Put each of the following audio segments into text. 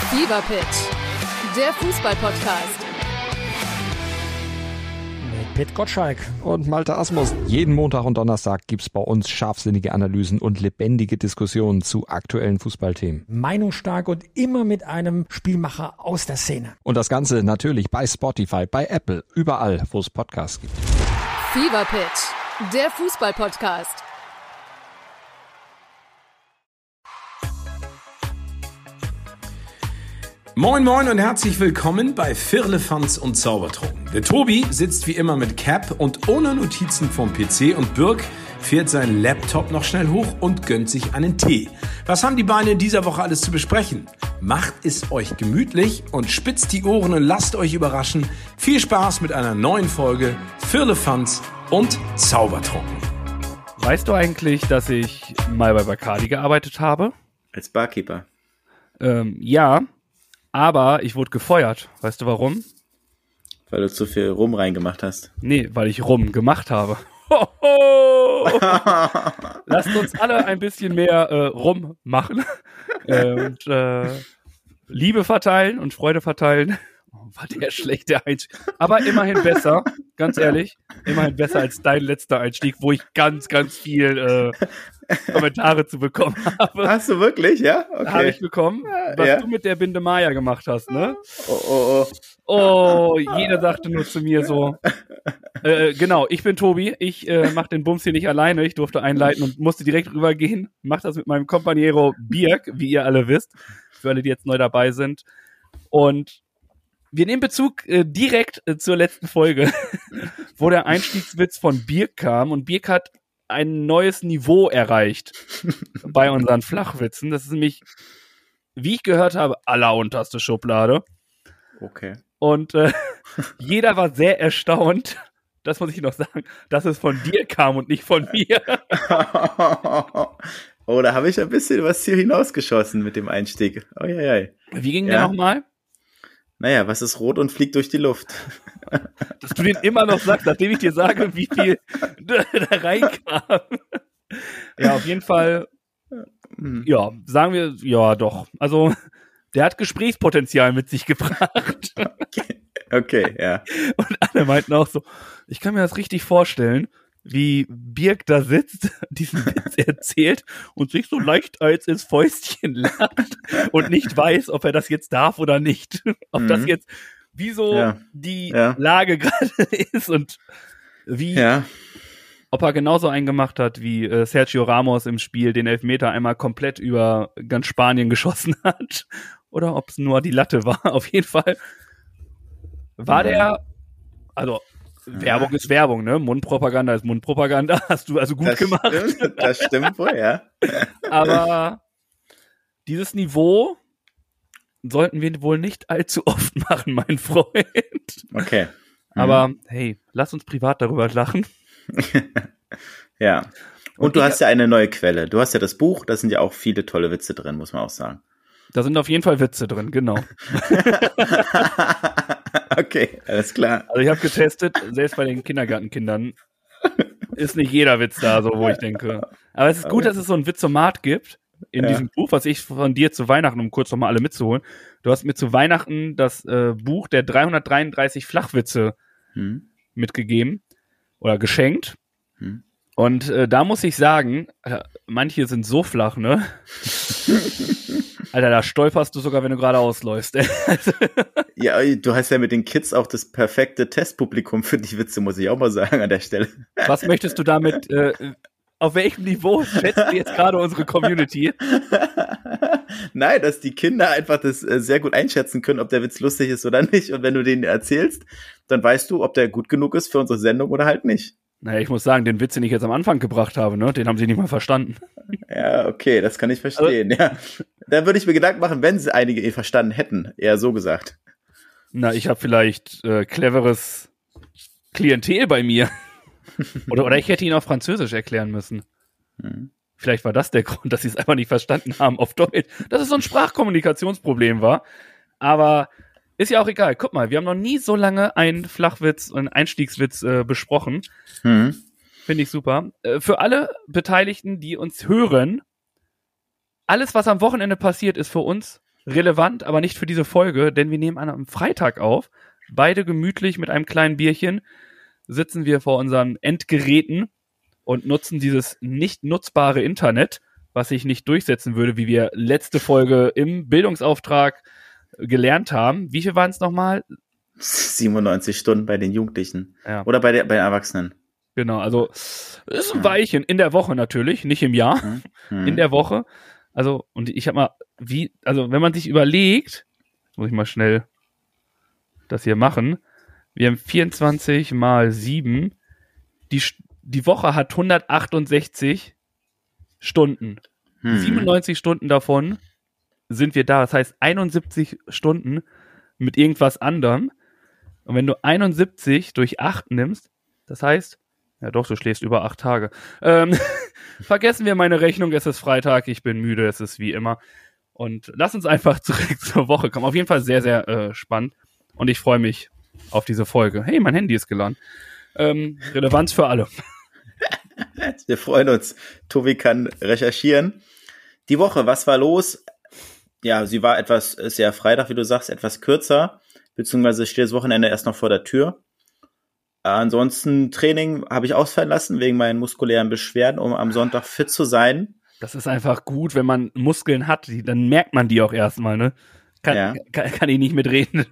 Fever Pitch, der Fußball-Podcast. Mit Pit Gottschalk und Malte Asmus. Jeden Montag und Donnerstag gibt's bei uns scharfsinnige Analysen und lebendige Diskussionen zu aktuellen Fußballthemen. Meinungsstark und immer mit einem Spielmacher aus der Szene. Und das Ganze natürlich bei Spotify, bei Apple, überall, wo es Podcasts gibt. Fever Pitch, der Fußball-Podcast. Moin moin und herzlich willkommen bei Firlefanz und Zaubertrunken. Der Tobi sitzt wie immer mit Cap und ohne Notizen vom PC und Birk fährt seinen Laptop noch schnell hoch und gönnt sich einen Tee. Was haben die Beine in dieser Woche alles zu besprechen? Macht es euch gemütlich und spitzt die Ohren und lasst euch überraschen. Viel Spaß mit einer neuen Folge Firlefanz und Zaubertrunken. Weißt du eigentlich, dass ich mal bei Bacardi gearbeitet habe? Als Barkeeper? Ja. Aber ich wurde gefeuert. Weißt du warum? Weil du zu viel Rum reingemacht hast. Nee, weil ich Rum gemacht habe. Hoho! Lasst uns alle ein bisschen mehr Rum machen. Und Liebe verteilen und Freude verteilen. Oh, war der schlechte Einstieg. Aber immerhin besser, ganz ehrlich. Immerhin besser als dein letzter Einstieg, wo ich ganz, ganz viel Kommentare zu bekommen habe. Hast du wirklich, ja? Okay. Habe ich bekommen, was du mit der Binde Maya gemacht hast, ne? Oh, jeder sagte nur zu mir so, genau, ich bin Tobi, ich mache den Bums hier nicht alleine, ich durfte einleiten und musste direkt rübergehen, mach das mit meinem Kompaniero Birk, wie ihr alle wisst, für alle, die jetzt neu dabei sind. Und wir nehmen Bezug direkt zur letzten Folge, wo der Einstiegswitz von Birk kam und Birk hat ein neues Niveau erreicht bei unseren Flachwitzen. Das ist nämlich, wie ich gehört habe, allerunterste Schublade. Okay. Und jeder war sehr erstaunt, das muss ich noch sagen, dass es von dir kam und nicht von mir. Oh, da habe ich ein bisschen was hier hinausgeschossen mit dem Einstieg. Oh, ja. Wie ging der nochmal? Naja, was ist rot und fliegt durch die Luft? Dass du den immer noch sagst, nachdem ich dir sage, wie viel da reinkam. Ja, auf jeden Fall, ja, sagen wir, ja doch. Also, der hat Gesprächspotenzial mit sich gebracht. Okay, ja. Und alle meinten auch so, ich kann mir das richtig vorstellen, wie Birk da sitzt, diesen Witz erzählt und sich so leicht als ins Fäustchen lacht und nicht weiß, ob er das jetzt darf oder nicht. Ob das jetzt, wie so die Lage gerade ist und wie, ob er genauso einen gemacht hat, wie Sergio Ramos im Spiel den Elfmeter einmal komplett über ganz Spanien geschossen hat oder ob es nur die Latte war. Auf jeden Fall war der, also Werbung ist Werbung, ne? Mundpropaganda ist Mundpropaganda. Hast du also gut gemacht. Das stimmt wohl, ja. Aber dieses Niveau sollten wir wohl nicht allzu oft machen, mein Freund. Okay. Aber hey, lass uns privat darüber lachen. Ja. Und du hast ja eine neue Quelle. Du hast ja das Buch, da sind ja auch viele tolle Witze drin, muss man auch sagen. Da sind auf jeden Fall Witze drin, genau. Okay, alles klar. Also ich habe getestet, selbst bei den Kindergartenkindern ist nicht jeder Witz da, so wo ich denke. Aber es ist gut, dass es so ein Witzomat gibt in diesem Buch, was ich von dir zu Weihnachten, um kurz nochmal alle mitzuholen. Du hast mir zu Weihnachten das Buch der 333 Flachwitze mitgegeben oder geschenkt. Und da muss ich sagen, manche sind so flach, ne? Alter, da stolperst du sogar, wenn du gerade ausläufst. Ja, du hast ja mit den Kids auch das perfekte Testpublikum für die Witze, muss ich auch mal sagen an der Stelle. Was möchtest du damit, auf welchem Niveau schätzt du jetzt gerade unsere Community? Nein, dass die Kinder einfach das sehr gut einschätzen können, ob der Witz lustig ist oder nicht. Und wenn du den erzählst, dann weißt du, ob der gut genug ist für unsere Sendung oder halt nicht. Naja, ich muss sagen, den Witz, den ich jetzt am Anfang gebracht habe, ne, den haben sie nicht mal verstanden. Ja, okay, das kann ich verstehen, ja. Da würde ich mir Gedanken machen, wenn sie einige ihn verstanden hätten, eher so gesagt. Na, ich habe vielleicht cleveres Klientel bei mir. oder ich hätte ihn auf Französisch erklären müssen. Vielleicht war das der Grund, dass sie es einfach nicht verstanden haben auf Deutsch. Dass es so ein Sprachkommunikationsproblem war. Aber ist ja auch egal. Guck mal, wir haben noch nie so lange einen Flachwitz, einen Einstiegswitz besprochen. Finde ich super. Für alle Beteiligten, die uns hören, alles, was am Wochenende passiert, ist für uns relevant, aber nicht für diese Folge, denn wir nehmen am Freitag auf. Beide gemütlich mit einem kleinen Bierchen sitzen wir vor unseren Endgeräten und nutzen dieses nicht nutzbare Internet, was sich nicht durchsetzen würde, wie wir letzte Folge im Bildungsauftrag gelernt haben. Wie viel waren es nochmal? 97 Stunden bei den Jugendlichen. Ja. Oder bei den Erwachsenen. Genau, also es ist ein Weilchen. In der Woche natürlich, nicht im Jahr. In der Woche. Also, und ich habe mal, wenn man sich überlegt, muss ich mal schnell das hier machen, wir haben 24 mal 7, die Woche hat 168 Stunden. 97 Stunden davon sind wir da. Das heißt 71 Stunden mit irgendwas anderem. Und wenn du 71 durch 8 nimmst, das heißt, ja doch, du schläfst über 8 Tage. Vergessen wir meine Rechnung, es ist Freitag, ich bin müde, es ist wie immer. Und lass uns einfach zurück zur Woche kommen. Auf jeden Fall sehr, sehr spannend. Und ich freue mich auf diese Folge. Hey, mein Handy ist geladen. Relevanz für alle. Wir freuen uns. Tobi kann recherchieren. Die Woche, was war los? Ja, sie war ist ja Freitag, wie du sagst, etwas kürzer, beziehungsweise steht das Wochenende erst noch vor der Tür. Ansonsten Training habe ich ausfallen lassen wegen meinen muskulären Beschwerden, um am Sonntag fit zu sein. Das ist einfach gut, wenn man Muskeln hat, dann merkt man die auch erstmal, ne? Kann ich nicht mitreden.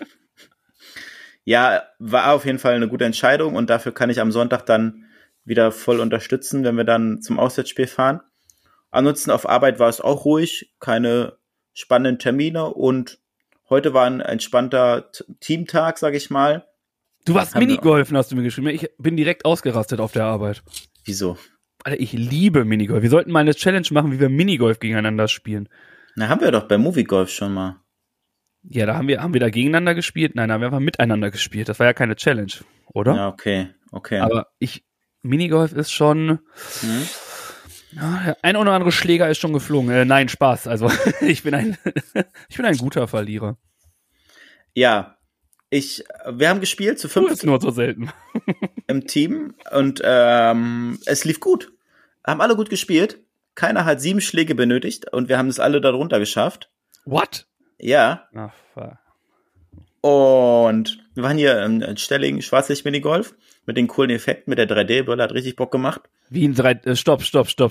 Ja, war auf jeden Fall eine gute Entscheidung und dafür kann ich am Sonntag dann wieder voll unterstützen, wenn wir dann zum Auswärtsspiel fahren. Ansonsten auf Arbeit war es auch ruhig, keine spannenden Termine und heute war ein entspannter Teamtag, sag ich mal. Du warst Minigolfen, hast du mir geschrieben. Ich bin direkt ausgerastet auf der Arbeit. Wieso? Alter, ich liebe Minigolf. Wir sollten mal eine Challenge machen, wie wir Minigolf gegeneinander spielen. Na, haben wir doch bei Moviegolf schon mal. Ja, da haben wir da gegeneinander gespielt? Nein, da haben wir einfach miteinander gespielt. Das war ja keine Challenge, oder? Ja, okay. Aber Minigolf ist schon, ja, der ein oder andere Schläger ist schon geflogen. Nein, Spaß. Also, ich bin ein guter Verlierer. Ja, wir haben gespielt zu 5. Du bist nur so selten. Im Team und es lief gut. Haben alle gut gespielt. Keiner hat 7 Schläge benötigt und wir haben es alle darunter geschafft. What? Ja. Ach, fuck. Und wir waren hier in Stellingen, Schwarzlicht-Minigolf, mit den coolen Effekten, mit der 3D-Brille, hat richtig Bock gemacht. Wie ein Stopp.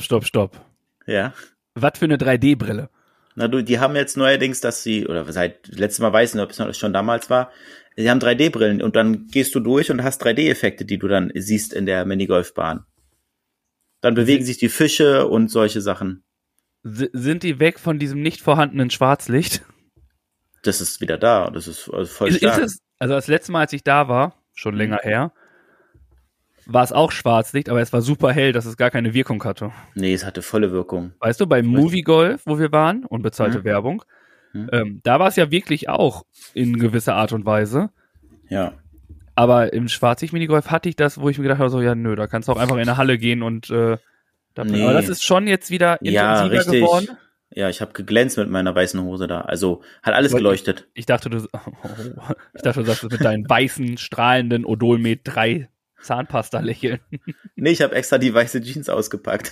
Ja. Was für eine 3D-Brille? Na du, die haben jetzt neuerdings, seit letztes Mal weiß ich nicht, ob es noch schon damals war, sie haben 3D-Brillen und dann gehst du durch und hast 3D-Effekte, die du dann siehst in der Minigolfbahn. Dann bewegen sich die Fische und solche Sachen. Sind die weg von diesem nicht vorhandenen Schwarzlicht? Das ist wieder da. Das ist voll stark. Also das letzte Mal, als ich da war, schon länger her, war es auch Schwarzlicht, aber es war super hell, dass es gar keine Wirkung hatte. Nee, es hatte volle Wirkung. Weißt du, bei Moviegolf, wo wir waren, unbezahlte Werbung, da war es ja wirklich auch in gewisser Art und Weise. Ja. Aber im Schwarzlicht-Minigolf hatte ich das, wo ich mir gedacht habe, so, ja, nö, da kannst du auch einfach in eine Halle gehen und Nee. Aber das ist schon jetzt wieder intensiver geworden. Ja, ich habe geglänzt mit meiner weißen Hose da. Also hat alles geleuchtet. Ich dachte, du sagst es mit deinen weißen, strahlenden Odolmet 3 Zahnpasta lächeln. Nee, ich habe extra die weiße Jeans ausgepackt.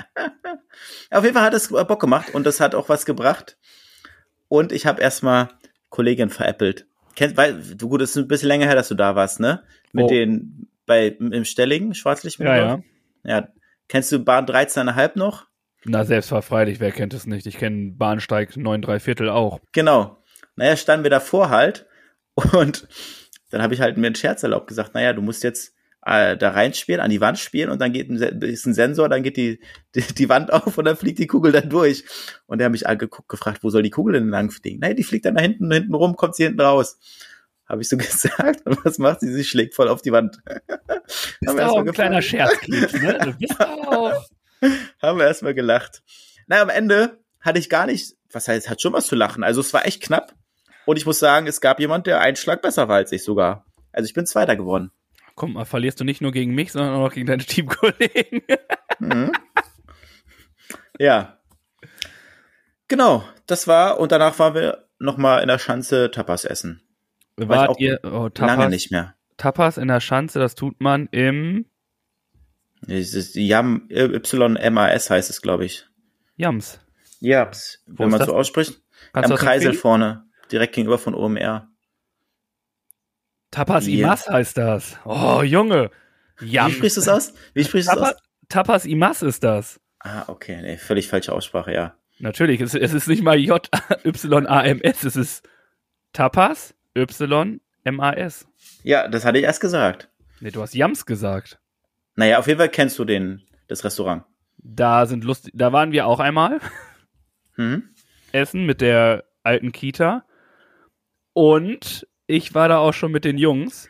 Auf jeden Fall hat es Bock gemacht und das hat auch was gebracht. Und ich habe erstmal Kollegin veräppelt. Gut, es ist ein bisschen länger her, dass du da warst, ne? Im Stellingen, Schwarzlicht. Ja. Ja. Kennst du Bahn 13,5 noch? Na, selbstverständlich, wer kennt es nicht? Ich kenne Bahnsteig 9¾ auch. Genau. Naja, standen wir davor halt und dann habe ich halt mir einen Scherz erlaubt, gesagt, naja, du musst jetzt da reinspielen, an die Wand spielen und dann ist ein Sensor, dann geht die Wand auf und dann fliegt die Kugel dann durch. Und er hat mich angeguckt, gefragt, wo soll die Kugel denn lang fliegen? Naja, die fliegt dann da hinten rum, kommt sie hinten raus. Habe ich so gesagt. Und was macht sie? Sie schlägt voll auf die Wand. Ist auch ein kleiner Scherzkeks, ne? Du bist auch. Haben wir erstmal gelacht. Na, am Ende hatte ich gar nicht, was heißt, hat schon was zu lachen. Also es war echt knapp. Und ich muss sagen, es gab jemand, der einen Schlag besser war als ich sogar. Also ich bin Zweiter geworden. Komm mal, verlierst du nicht nur gegen mich, sondern auch gegen deine Teamkollegen. Ja. Genau, das war, und danach waren wir nochmal in der Schanze Tapas essen. Wart ihr, Tapas? Lange nicht mehr. Tapas in der Schanze, das tut man im Es ist YMAS heißt es, glaube ich. Yams. Japs, wenn man so ausspricht. Kannst Am du das Kreisel empfehlen? vorne, direkt gegenüber von OMR. Tapas Ja. Imas heißt das. Oh, Junge. Wie sprichst du es aus? Tapas Imas ist das. Ah, okay, nee, völlig falsche Aussprache, ja. Natürlich, es ist nicht mal J-Y-A-M-S, es ist Tapas Y-M-A-S. Ja, das hatte ich erst gesagt. Nee, du hast Jams gesagt. Naja, auf jeden Fall kennst du das Restaurant. Da waren wir auch einmal Mhm. essen mit der alten Kita. Und ich war da auch schon mit den Jungs.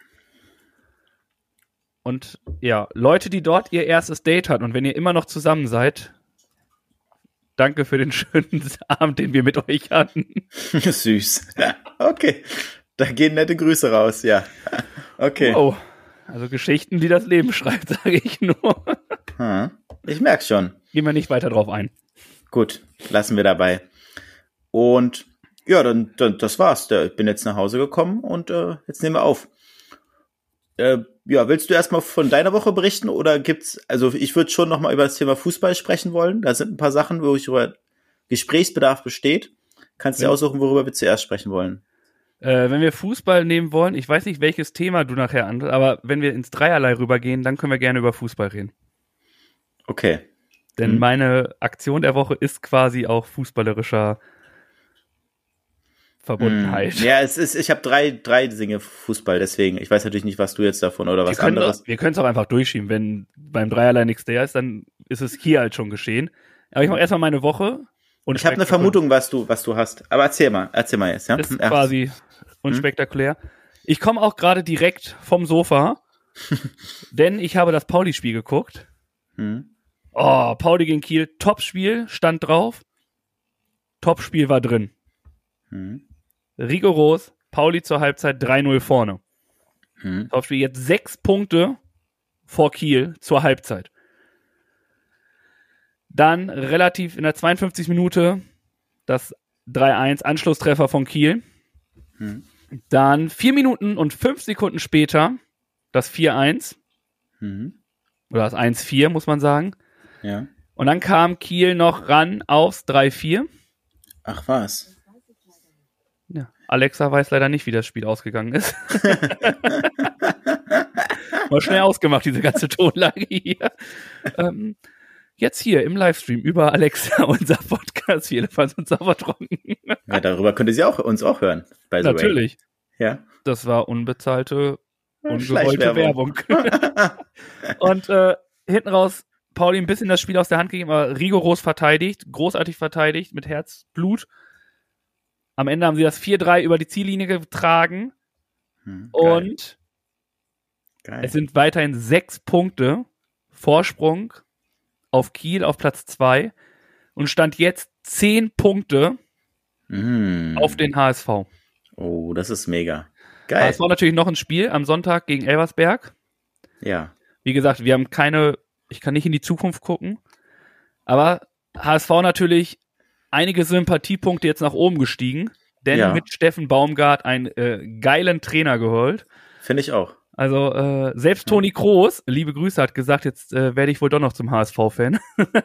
Und ja, Leute, die dort ihr erstes Date hatten und wenn ihr immer noch zusammen seid, danke für den schönen Abend, den wir mit euch hatten. Süß. Okay, da gehen nette Grüße raus, ja. Okay. Oh, also Geschichten, die das Leben schreibt, sage ich nur. Ich merk's schon. Gehen wir nicht weiter drauf ein. Gut, lassen wir dabei. Und ja, dann das war's. Ich bin jetzt nach Hause gekommen und jetzt nehmen wir auf. Ja, willst du erstmal von deiner Woche berichten oder also ich würde schon nochmal über das Thema Fußball sprechen wollen. Da sind ein paar Sachen, wo ich über Gesprächsbedarf besteht. Kannst dir aussuchen, worüber wir zuerst sprechen wollen. Wenn wir Fußball nehmen wollen, ich weiß nicht, welches Thema du nachher anwendest, aber wenn wir ins Dreierlei rübergehen, dann können wir gerne über Fußball reden. Okay. Denn meine Aktion der Woche ist quasi auch fußballerischer Verbundenheit. Ja, ich habe drei Dinge Fußball, deswegen. Ich weiß natürlich nicht, was du jetzt davon oder was anderes. Wir können es auch einfach durchschieben. Wenn beim Dreierlei nichts der ist, dann ist es hier halt schon geschehen. Aber ich mache erstmal meine Woche. Und Ich habe eine Vermutung, was du hast. Aber erzähl mal jetzt, ja? Ist quasi unspektakulär. Ich komme auch gerade direkt vom Sofa, denn ich habe das Pauli-Spiel geguckt. Oh, Pauli gegen Kiel, Topspiel, stand drauf. Topspiel war drin. Rigoros, Pauli zur Halbzeit 3-0 vorne. Topspiel jetzt 6 Punkte vor Kiel zur Halbzeit. Dann relativ in der 52. Minute das 3-1 Anschlusstreffer von Kiel. Dann 4 Minuten und 5 Sekunden später das 4-1. Oder das 1-4, muss man sagen. Ja. Und dann kam Kiel noch ran aufs 3-4. Ach was. Ja. Alexa weiß leider nicht, wie das Spiel ausgegangen ist. Mal schnell ausgemacht, diese ganze Tonlage hier. Jetzt hier im Livestream über Alexa, unser Podcast, viele Fans und Saubertrocken. Ja, darüber könnt ihr uns auch hören. By the way. Natürlich. Ja. Das war unbezahlte, ungewollte Schleichwerbung. Werbung. Und hinten raus Pauli ein bisschen das Spiel aus der Hand gegeben, aber rigoros verteidigt, großartig verteidigt, mit Herzblut. Am Ende haben sie das 4-3 über die Ziellinie getragen. Und Geil. es sind weiterhin 6 Punkte Vorsprung auf Kiel auf Platz 2 und stand jetzt 10 Punkte auf den HSV. Oh, das ist mega. Geil. HSV natürlich noch ein Spiel am Sonntag gegen Elversberg. Ja. Wie gesagt, wir haben ich kann nicht in die Zukunft gucken, aber HSV natürlich einige Sympathiepunkte jetzt nach oben gestiegen, denn mit Steffen Baumgart einen geilen Trainer geholt. Finde ich auch. Also selbst Toni Kroos, liebe Grüße, hat gesagt, jetzt werde ich wohl doch noch zum HSV-Fan.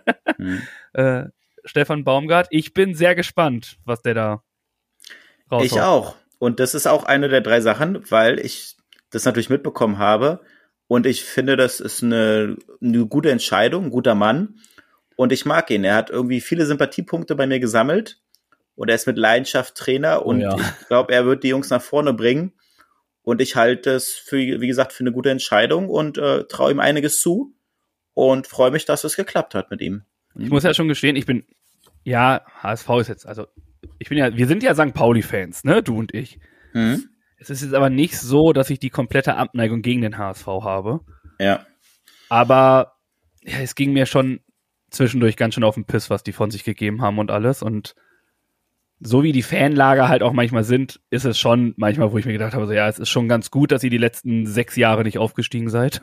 Stefan Baumgart, ich bin sehr gespannt, was der da raushaut. Ich auch. Und das ist auch eine der 3 Sachen, weil ich das natürlich mitbekommen habe. Und ich finde, das ist eine gute Entscheidung, ein guter Mann. Und ich mag ihn. Er hat irgendwie viele Sympathiepunkte bei mir gesammelt. Und er ist mit Leidenschaft Trainer. Und ich glaube, er wird die Jungs nach vorne bringen. Und ich halte es wie gesagt, für eine gute Entscheidung und traue ihm einiges zu. Und freue mich, dass es geklappt hat mit ihm. Ich muss ja schon gestehen, HSV ist jetzt, also wir sind ja St. Pauli-Fans, ne, du und ich. Es ist jetzt aber nicht so, dass ich die komplette Abneigung gegen den HSV habe. Ja. Aber es ging mir schon zwischendurch ganz schön auf den Piss, was die von sich gegeben haben und alles. Und so wie die Fanlager halt auch manchmal sind, ist es schon manchmal, wo ich mir gedacht habe, so, ja, es ist schon ganz gut, dass ihr die letzten 6 Jahre nicht aufgestiegen seid.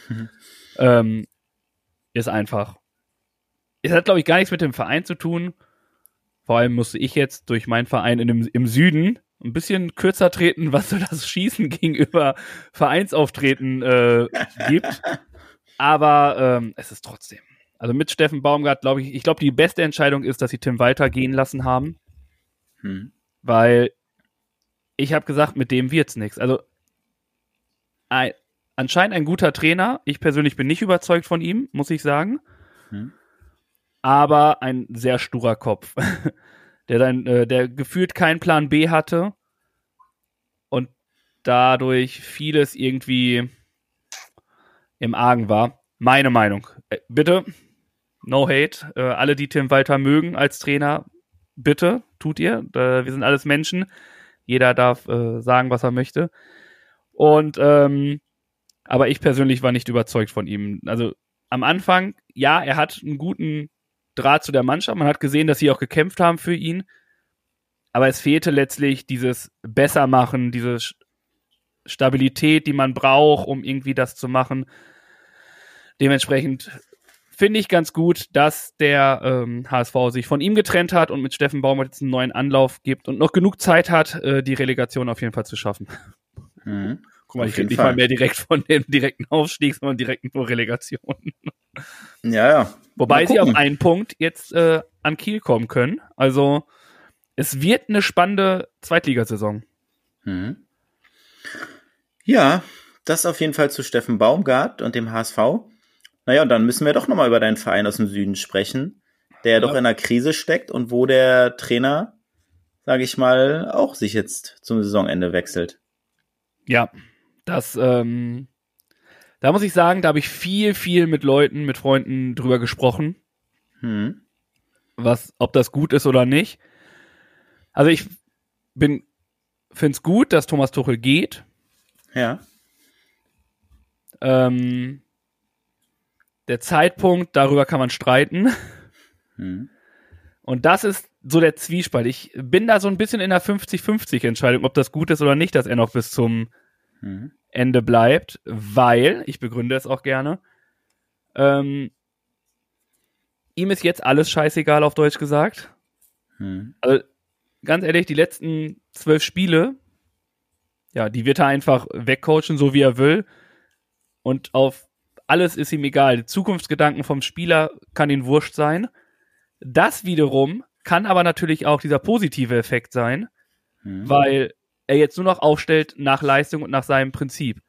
Ist einfach. Es hat, glaube ich, gar nichts mit dem Verein zu tun. Vor allem musste ich jetzt durch meinen Verein im Süden ein bisschen kürzer treten, was so das Schießen gegenüber Vereinsauftreten gibt. Aber es ist trotzdem. Also mit Steffen Baumgart, glaube ich, die beste Entscheidung ist, dass sie Tim Walter gehen lassen haben. Weil ich habe gesagt, mit dem wird's nichts. Also anscheinend ein guter Trainer. Ich persönlich bin nicht überzeugt von ihm, muss ich sagen. Aber ein sehr sturer Kopf, der gefühlt keinen Plan B hatte und dadurch vieles irgendwie im Argen war. Meine Meinung. Bitte, no hate. Alle, die Tim Walter mögen als Trainer, bitte, tut ihr. Wir sind alles Menschen. Jeder darf sagen, was er möchte. Und aber ich persönlich war nicht überzeugt von ihm. Also am Anfang, ja, er hat einen guten Draht zu der Mannschaft. Man hat gesehen, dass sie auch gekämpft haben für ihn. Aber es fehlte letztlich dieses Bessermachen, diese Stabilität, die man braucht, um irgendwie das zu machen. Dementsprechend finde ich ganz gut, dass der HSV sich von ihm getrennt hat und mit Steffen Baumgart jetzt einen neuen Anlauf gibt und noch genug Zeit hat, die Relegation auf jeden Fall zu schaffen. Guck mal, ich rede nicht mal mehr direkt von dem direkten Aufstieg, sondern direkt nur Relegation. Ja. Wobei sie auf einen Punkt jetzt an Kiel kommen können. Also es wird eine spannende Zweitligasaison. Ja, das auf jeden Fall zu Steffen Baumgart und dem HSV. Naja, und dann müssen wir doch nochmal über deinen Verein aus dem Süden sprechen, der doch in einer Krise steckt und wo der Trainer, sage ich mal, auch sich jetzt zum Saisonende wechselt. Ja, das, da muss ich sagen, da habe ich viel mit Leuten, mit Freunden drüber gesprochen, ob das gut ist oder nicht. Also ich finde es gut, dass Thomas Tuchel geht. Ja. Der Zeitpunkt, darüber kann man streiten. Und das ist so der Zwiespalt. Ich bin da so ein bisschen in der 50-50 Entscheidung, ob das gut ist oder nicht, dass er noch bis zum Ende bleibt, weil, ich begründe es auch gerne, ihm ist jetzt alles scheißegal, auf Deutsch gesagt. Also ganz ehrlich, die letzten 12 Spiele, ja, die wird er einfach wegcoachen, so wie er will. Und auf alles ist ihm egal. Die Zukunftsgedanken vom Spieler kann ihm wurscht sein. Das wiederum kann aber natürlich auch dieser positive Effekt sein, weil er jetzt nur noch aufstellt nach Leistung und nach seinem Prinzip.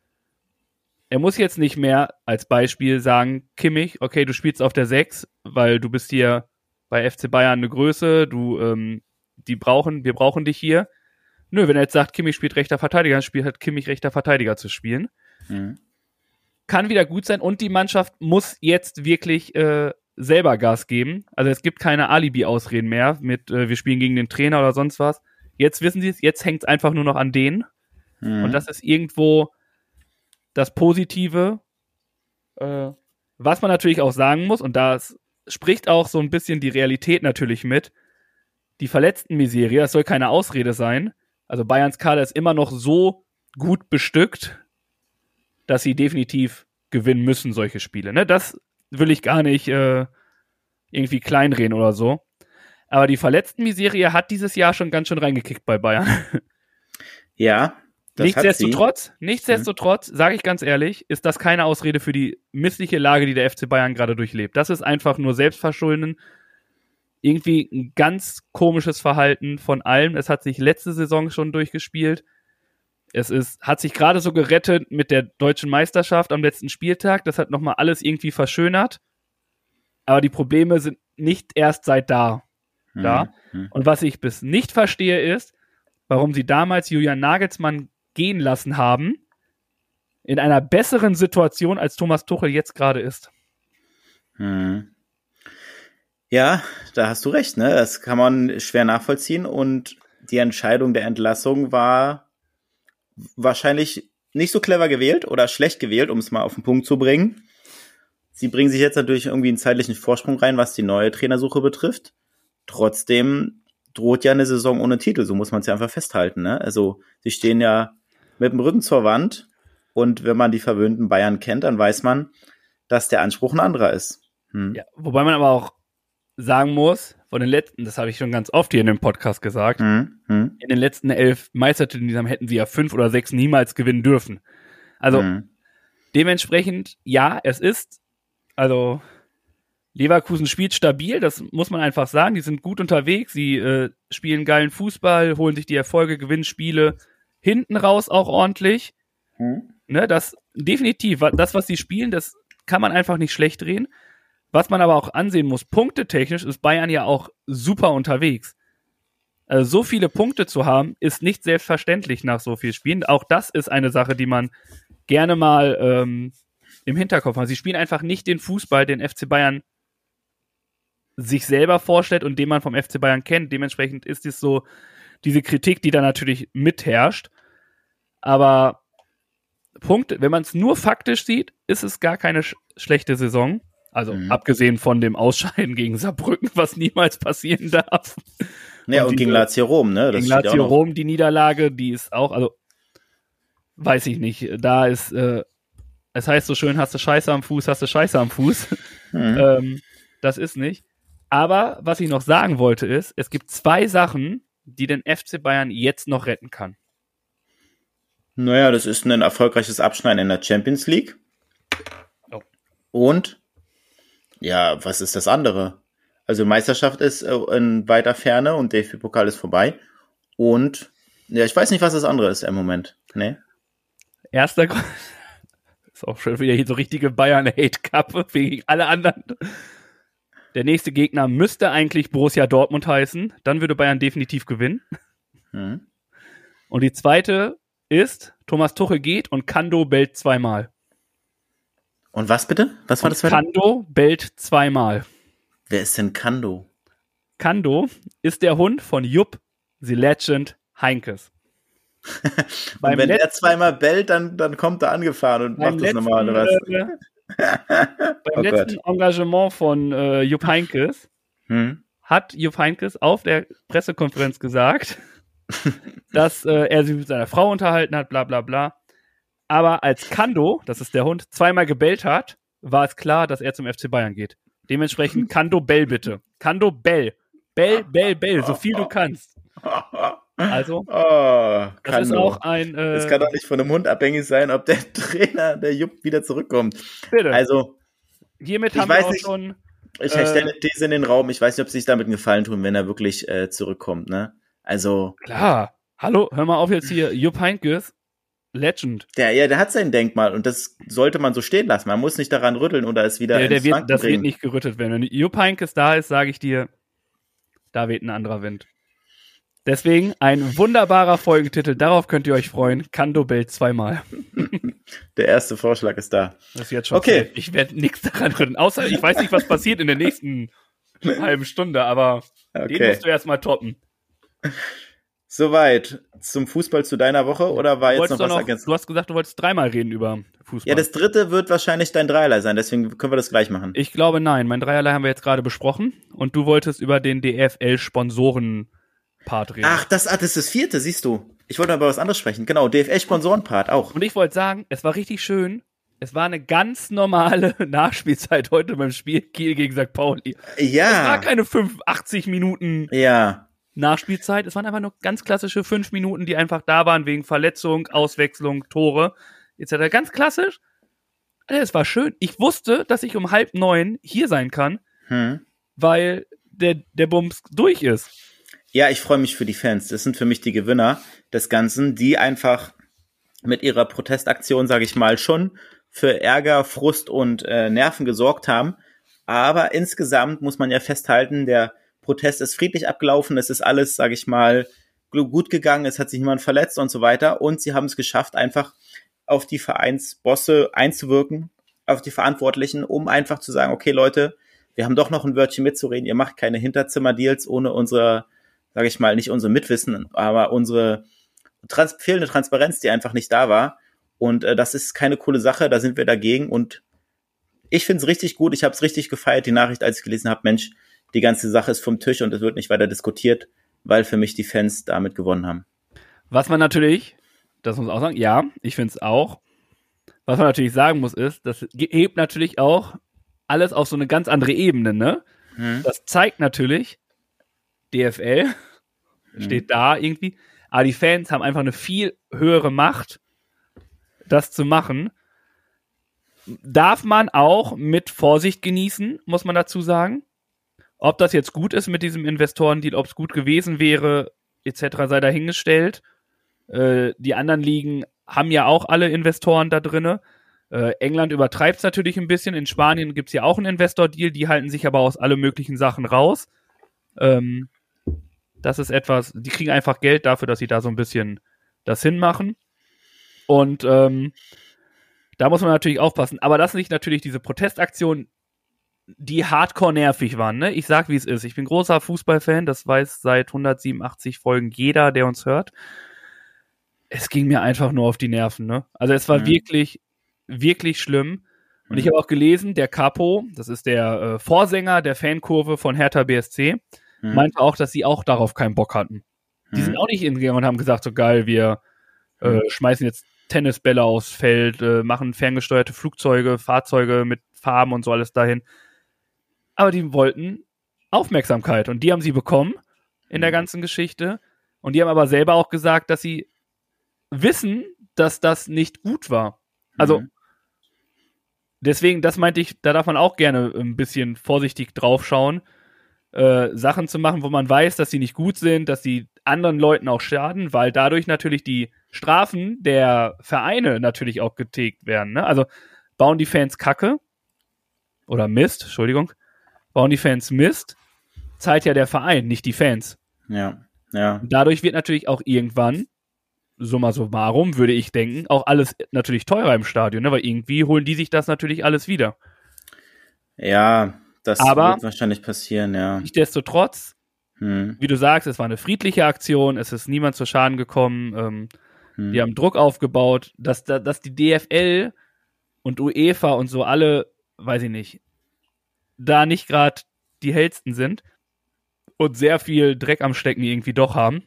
Er muss jetzt nicht mehr als Beispiel sagen, Kimmich, okay, du spielst auf der 6, weil du bist hier bei FC Bayern eine Größe, wir brauchen dich hier. Nö, wenn er jetzt sagt, Kimmich spielt rechter Verteidiger, dann hat Kimmich rechter Verteidiger zu spielen. Kann wieder gut sein und die Mannschaft muss jetzt wirklich selber Gas geben. Also es gibt keine Alibi-Ausreden mehr mit wir spielen gegen den Trainer oder sonst was. Jetzt wissen sie es, jetzt hängt es einfach nur noch an denen. Und das ist irgendwo das Positive, was man natürlich auch sagen muss, und da spricht auch so ein bisschen die Realität natürlich mit. Die Verletzten-Miserie, das soll keine Ausrede sein. Also Bayerns Kader ist immer noch so gut bestückt, dass sie definitiv gewinnen müssen, solche Spiele. Ne? Das will ich gar nicht irgendwie kleinreden oder so. Aber die Verletzten-Miserie hat dieses Jahr schon ganz schön reingekickt bei Bayern. Ja, das Nichtsdestotrotz, sage ich ganz ehrlich, ist das keine Ausrede für die missliche Lage, die der FC Bayern gerade durchlebt. Das ist einfach nur Selbstverschulden. Irgendwie ein ganz komisches Verhalten von allem. Es hat sich letzte Saison schon durchgespielt. Hat sich gerade so gerettet mit der deutschen Meisterschaft am letzten Spieltag. Das hat nochmal alles irgendwie verschönert. Aber die Probleme sind nicht erst seit da. Und was ich bis nicht verstehe ist, warum sie damals Julian Nagelsmann gehen lassen haben, in einer besseren Situation, als Thomas Tuchel jetzt gerade ist. Ja, da hast du recht, ne? Das kann man schwer nachvollziehen und die Entscheidung der Entlassung war wahrscheinlich nicht so clever gewählt oder schlecht gewählt, um es mal auf den Punkt zu bringen. Sie bringen sich jetzt natürlich irgendwie einen zeitlichen Vorsprung rein, was die neue Trainersuche betrifft. Trotzdem droht ja eine Saison ohne Titel, so muss man es ja einfach festhalten, ne? Also, sie stehen ja mit dem Rücken zur Wand und wenn man die verwöhnten Bayern kennt, dann weiß man, dass der Anspruch ein anderer ist. Ja, wobei man aber auch sagen muss, von den letzten, das habe ich schon ganz oft hier in dem Podcast gesagt, in den letzten 11 Meistertiteln hätten sie ja 5 oder 6 niemals gewinnen dürfen. Also dementsprechend, ja, es ist, also Leverkusen spielt stabil, das muss man einfach sagen. Die sind gut unterwegs, sie spielen geilen Fußball, holen sich die Erfolge, gewinnen Spiele hinten raus auch ordentlich. Ne, das definitiv, das, was sie spielen, das kann man einfach nicht schlecht reden. Was man aber auch ansehen muss, punktetechnisch ist Bayern ja auch super unterwegs. Also so viele Punkte zu haben, ist nicht selbstverständlich nach so viel Spielen. Auch das ist eine Sache, die man gerne mal im Hinterkopf hat. Sie spielen einfach nicht den Fußball, den FC Bayern sich selber vorstellt und den man vom FC Bayern kennt. Dementsprechend ist es so diese Kritik, die da natürlich mitherrscht. Aber Punkte, wenn man es nur faktisch sieht, ist es gar keine schlechte Saison. Also abgesehen von dem Ausscheiden gegen Saarbrücken, was niemals passieren darf. Ja, und gegen Lazio Rom, ne? Gegen Lazio Rom, die Niederlage, die ist auch, also weiß ich nicht, da ist, es heißt so schön, hast du Scheiße am Fuß, hast du Scheiße am Fuß. Das ist nicht. Aber was ich noch sagen wollte ist, es gibt 2 Sachen, die den FC Bayern jetzt noch retten kann. Naja, das ist ein erfolgreiches Abschneiden in der Champions League. Oh. Und, ja, was ist das andere? Also Meisterschaft ist in weiter Ferne und DFB-Pokal ist vorbei. Und, ja, ich weiß nicht, was das andere ist im Moment. Ne? Erster Grund, ist auch schon wieder hier so richtige Bayern-Hate-Kappe gegen alle anderen. Der nächste Gegner müsste eigentlich Borussia Dortmund heißen. Dann würde Bayern definitiv gewinnen. Und die zweite ist, Thomas Tuchel geht und Kando bellt 2-mal. Und was bitte? Was war das zweite? Kando bellt 2-mal. Wer ist denn Kando? Kando ist der Hund von Jupp, the Legend Heinkes. Und wenn der 2-mal bellt, dann kommt er angefahren und macht das normal, oder was? Beim letzten Engagement von Jupp Heynckes hat Jupp Heynckes auf der Pressekonferenz gesagt, dass er sich mit seiner Frau unterhalten hat, bla bla bla. Aber als Kando, das ist der Hund, 2-mal gebellt hat, war es klar, dass er zum FC Bayern geht. Dementsprechend Kando bell bitte. Kando bell. Bell, bell, bell, so viel du kannst. Also, das ist auch ein... Es kann doch nicht von einem Hund abhängig sein, ob der Trainer, der Jupp, wieder zurückkommt. Bitte. Also, hiermit haben wir auch schon... Ich stelle eine These in den Raum, ich weiß nicht, ob sie sich damit einen Gefallen tun, wenn er wirklich zurückkommt, ne? Also... Klar. Hallo, hör mal auf jetzt hier. Jupp Heynckes, Legend. Der hat sein Denkmal und das sollte man so stehen lassen. Man muss nicht daran rütteln oder es wieder ins Wanken Das bringen. wird nicht gerüttelt werden. Wenn Jupp Heynckes da ist, sage ich dir, da weht ein anderer Wind. Deswegen ein wunderbarer Folgentitel, darauf könnt ihr euch freuen. Kando bellt 2-mal. Der erste Vorschlag ist da. Das ist jetzt schon safe. Ich werde nichts daran rütteln, außer ich weiß nicht, was passiert in der nächsten halben Stunde, aber den musst du erstmal toppen. Soweit zum Fußball zu deiner Woche oder war jetzt noch was ergänzt? Du hast gesagt, du wolltest 3-mal reden über Fußball. Ja, das dritte wird wahrscheinlich dein Dreierlei sein, deswegen können wir das gleich machen. Ich glaube, nein. Mein Dreierlei haben wir jetzt gerade besprochen und du wolltest über den DFL-Sponsoren-Part reden. Ach, das ist das vierte, siehst du. Ich wollte aber was anderes sprechen. Genau, DFL-Sponsoren-Part auch. Und ich wollte sagen, es war richtig schön. Es war eine ganz normale Nachspielzeit heute beim Spiel Kiel gegen St. Pauli. Ja. Es war keine 85 Minuten Nachspielzeit. Es waren einfach nur ganz klassische 5 Minuten, die einfach da waren wegen Verletzung, Auswechslung, Tore etc. Ganz klassisch. Es war schön. Ich wusste, dass ich um 8:30 hier sein kann, weil der Bums durch ist. Ja, ich freue mich für die Fans. Das sind für mich die Gewinner des Ganzen, die einfach mit ihrer Protestaktion, sage ich mal, schon für Ärger, Frust und Nerven gesorgt haben. Aber insgesamt muss man ja festhalten, der Protest ist friedlich abgelaufen. Es ist alles, sage ich mal, gut gegangen. Es hat sich niemand verletzt und so weiter. Und sie haben es geschafft, einfach auf die Vereinsbosse einzuwirken, auf die Verantwortlichen, um einfach zu sagen, okay Leute, wir haben doch noch ein Wörtchen mitzureden. Ihr macht keine Hinterzimmerdeals ohne unsere, sage ich mal, nicht unser Mitwissen, aber unsere fehlende Transparenz, die einfach nicht da war. Und das ist keine coole Sache, da sind wir dagegen. Und ich finde es richtig gut, ich habe es richtig gefeiert, die Nachricht, als ich gelesen habe, Mensch, die ganze Sache ist vom Tisch und es wird nicht weiter diskutiert, weil für mich die Fans damit gewonnen haben. Was man natürlich, das muss man auch sagen, ja, ich finde es auch. Was man natürlich sagen muss ist, das hebt natürlich auch alles auf so eine ganz andere Ebene, ne? Das zeigt natürlich, DFL steht da irgendwie, aber die Fans haben einfach eine viel höhere Macht, das zu machen. darf man auch mit Vorsicht genießen, muss man dazu sagen. Ob das jetzt gut ist mit diesem Investorendeal, ob es gut gewesen wäre, etc. sei dahingestellt. Die anderen Ligen haben ja auch alle Investoren da drinne. England übertreibt es natürlich ein bisschen. In Spanien gibt es ja auch einen Investor-Deal, die halten sich aber aus alle möglichen Sachen raus. Das ist etwas, die kriegen einfach Geld dafür, dass sie da so ein bisschen das hinmachen. Und da muss man natürlich aufpassen. Aber das sind natürlich diese Protestaktionen, die hardcore nervig waren. Ne? Ich sag, wie es ist. Ich bin großer Fußballfan, das weiß seit 187 Folgen jeder, der uns hört. Es ging mir einfach nur auf die Nerven. Ne? Also es war wirklich, wirklich schlimm. Und ich habe auch gelesen, der Capo, das ist der Vorsänger der Fankurve von Hertha BSC, meinte auch, dass sie auch darauf keinen Bock hatten. Die sind auch nicht hingegangen und haben gesagt, so geil, wir schmeißen jetzt Tennisbälle aufs Feld, machen ferngesteuerte Flugzeuge, Fahrzeuge mit Farben und so alles dahin. Aber die wollten Aufmerksamkeit und die haben sie bekommen in der ganzen Geschichte. Und die haben aber selber auch gesagt, dass sie wissen, dass das nicht gut war. Also deswegen, das meinte ich, da darf man auch gerne ein bisschen vorsichtig drauf schauen, Sachen zu machen, wo man weiß, dass sie nicht gut sind, dass sie anderen Leuten auch schaden, weil dadurch natürlich die Strafen der Vereine natürlich auch getilgt werden. Ne? Also bauen die Fans Kacke oder Mist, Entschuldigung, bauen die Fans Mist, zahlt ja der Verein, nicht die Fans. Ja. Und dadurch wird natürlich auch irgendwann, summa summarum, würde ich denken, auch alles natürlich teurer im Stadion, ne? Weil irgendwie holen die sich das natürlich alles wieder. Ja, das wird wahrscheinlich passieren, ja. Nichtsdestotrotz, wie du sagst, es war eine friedliche Aktion, es ist niemand zu Schaden gekommen, die haben Druck aufgebaut, dass die DFL und UEFA und so alle, weiß ich nicht, da nicht gerade die hellsten sind und sehr viel Dreck am Stecken irgendwie doch haben.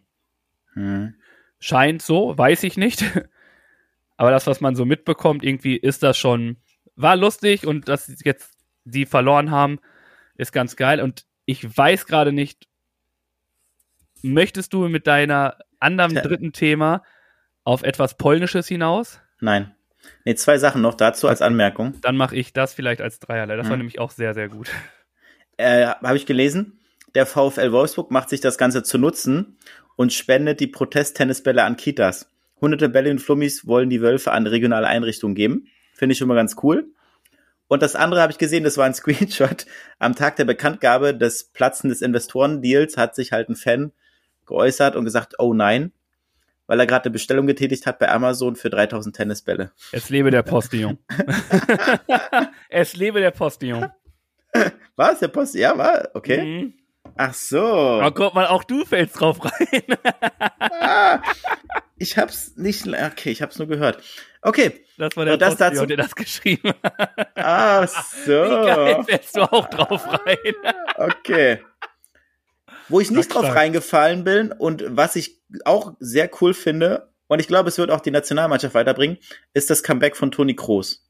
Scheint so, weiß ich nicht. Aber das, was man so mitbekommt, irgendwie ist das schon, war lustig und dass jetzt die verloren haben, ist ganz geil. Und ich weiß gerade nicht, möchtest du mit deiner anderen dritten Thema auf etwas Polnisches hinaus? Nein. Nee, 2 Sachen noch dazu als Anmerkung. Dann mache ich das vielleicht als Dreierlei. Das war nämlich auch sehr, sehr gut. Habe ich gelesen, der VfL Wolfsburg macht sich das Ganze zu Nutzen und spendet die Protest-Tennisbälle an Kitas. Hunderte Bälle und Flummis wollen die Wölfe an regionale Einrichtungen geben. Finde ich schon mal ganz cool. Und das andere habe ich gesehen, das war ein Screenshot. Am Tag der Bekanntgabe des Platzen des Investorendeals hat sich halt ein Fan geäußert und gesagt, oh nein, weil er gerade eine Bestellung getätigt hat bei Amazon für 3000 Tennisbälle. Es lebe der Postillon. Es lebe der Postillon. Was? Der Postillon? Ja, war? Okay. Ach so. Oh, guck mal, auch du fällst drauf rein. Ich hab's nicht, okay, ich hab's nur gehört. Okay. Das war der Postillon, der das geschrieben hat. Ach so. Wie geil fällst du auch drauf rein. Okay. Wo ich nicht drauf reingefallen bin und was ich auch sehr cool finde, und ich glaube, es wird auch die Nationalmannschaft weiterbringen, ist das Comeback von Toni Kroos.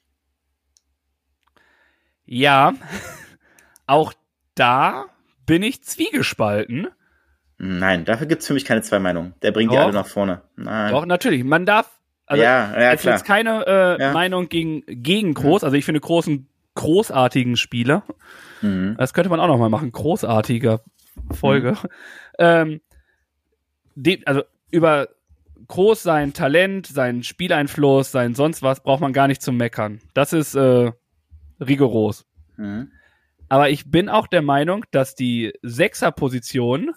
Ja, auch da bin ich zwiegespalten. Nein, dafür gibt's für mich keine 2 Meinungen. Der bringt die alle nach vorne. Nein. Doch, natürlich. Man darf, also es ist jetzt keine Meinung gegen Kroos. Also ich finde Kroos einen großartigen Spieler. Das könnte man auch noch mal machen. Großartiger Folge. Also über Kroos, sein Talent, seinen Spieleinfluss, sein sonst was, braucht man gar nicht zu meckern. Das ist rigoros. Aber ich bin auch der Meinung, dass die Sechserposition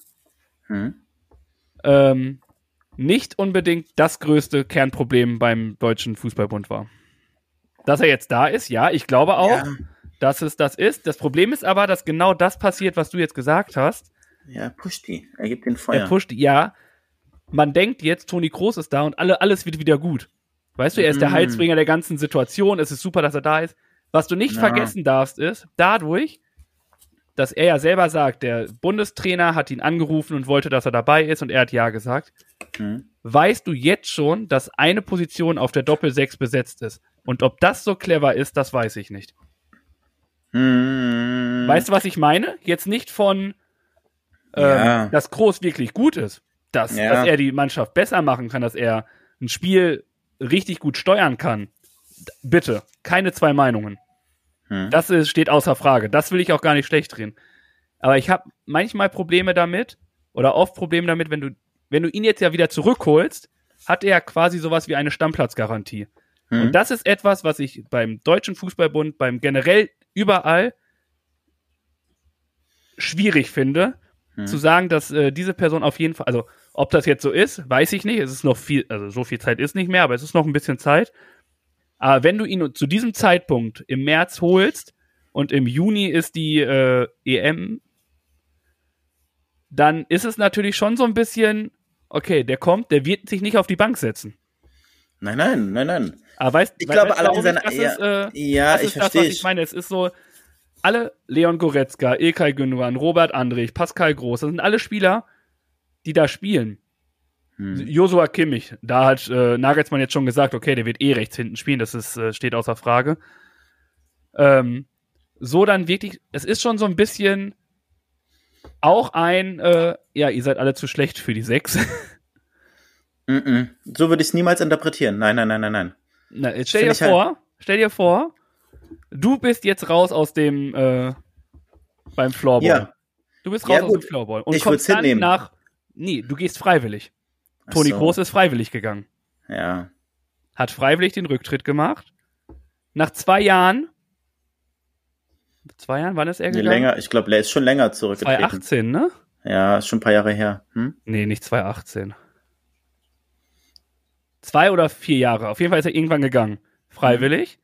nicht unbedingt das größte Kernproblem beim Deutschen Fußballbund war. Dass er jetzt da ist, ja, ich glaube auch, dass es das ist. Das Problem ist aber, dass genau das passiert, was du jetzt gesagt hast. Ja, pusht die. Er gibt den Feuer. Er pusht die, ja. Man denkt jetzt, Toni Kroos ist da und alles wird wieder gut. Weißt du, er ist der Heilsbringer der ganzen Situation. Es ist super, dass er da ist. Was du nicht vergessen darfst, ist, dadurch, dass er ja selber sagt, der Bundestrainer hat ihn angerufen und wollte, dass er dabei ist und er hat ja gesagt, weißt du jetzt schon, dass eine Position auf der Doppel-6 besetzt ist. Und ob das so clever ist, das weiß ich nicht. Weißt du, was ich meine? Jetzt nicht von, dass Kroos wirklich gut ist, dass er die Mannschaft besser machen kann, dass er ein Spiel richtig gut steuern kann. bitte, keine zwei Meinungen. Das steht außer Frage. Das will ich auch gar nicht schlecht reden. Aber ich habe manchmal Probleme damit, oder oft Probleme damit, wenn du ihn jetzt ja wieder zurückholst, hat er quasi sowas wie eine Stammplatzgarantie. Und das ist etwas, was ich beim Deutschen Fußballbund, beim generell überall schwierig finde, zu sagen, dass diese Person auf jeden Fall, also ob das jetzt so ist, weiß ich nicht. Es ist noch viel, also so viel Zeit ist nicht mehr, aber es ist noch ein bisschen Zeit. Aber wenn du ihn zu diesem Zeitpunkt im März holst und im Juni ist die EM, dann ist es natürlich schon so ein bisschen, okay, der kommt, der wird sich nicht auf die Bank setzen. Nein. Aber ich glaube, allein seine, ich verstehe. Ich meine, es ist so, alle Leon Goretzka, İlkay Gündoğan, Robert Andrich, Pascal Groß, das sind alle Spieler, die da spielen. Joshua Kimmich, da hat Nagelsmann jetzt schon gesagt, okay, der wird rechts hinten spielen, das ist, steht außer Frage. So dann wirklich, es ist schon so ein bisschen auch ein, ihr seid alle zu schlecht für die 6. So würde ich es niemals interpretieren. Nein. Na, jetzt stell dir vor, du bist jetzt raus aus dem beim Floorball. Ja. Du bist raus aus dem Floorball und kommst dann hinnehmen. Du gehst freiwillig. Toni Kroos ist freiwillig gegangen. Ja. Hat freiwillig den Rücktritt gemacht. Nach 2 Jahren, wann ist er gegangen? Länger, ich glaube, er ist schon länger zurückgetreten. 2018, ne? Ja, ist schon ein paar Jahre her. Nee, nicht 2018. 2 oder 4 Jahre. Auf jeden Fall ist er irgendwann gegangen. Freiwillig.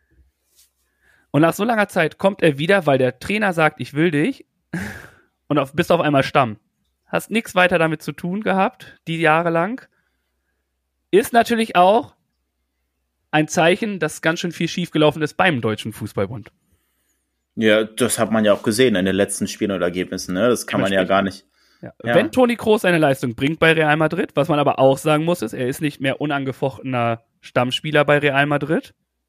Und nach so langer Zeit kommt er wieder, weil der Trainer sagt, ich will dich. Und bist auf einmal Stamm. Hast nichts weiter damit zu tun gehabt, die Jahre lang. Ist natürlich auch ein Zeichen, dass ganz schön viel schiefgelaufen ist beim Deutschen Fußballbund. Ja, das hat man ja auch gesehen in den letzten Spielen und Ergebnissen. Ne? Das kann man ja gar nicht. Ja. Wenn Toni Kroos seine Leistung bringt bei Real Madrid, was man aber auch sagen muss, ist, er ist nicht mehr unangefochtener Stammspieler bei Real Madrid.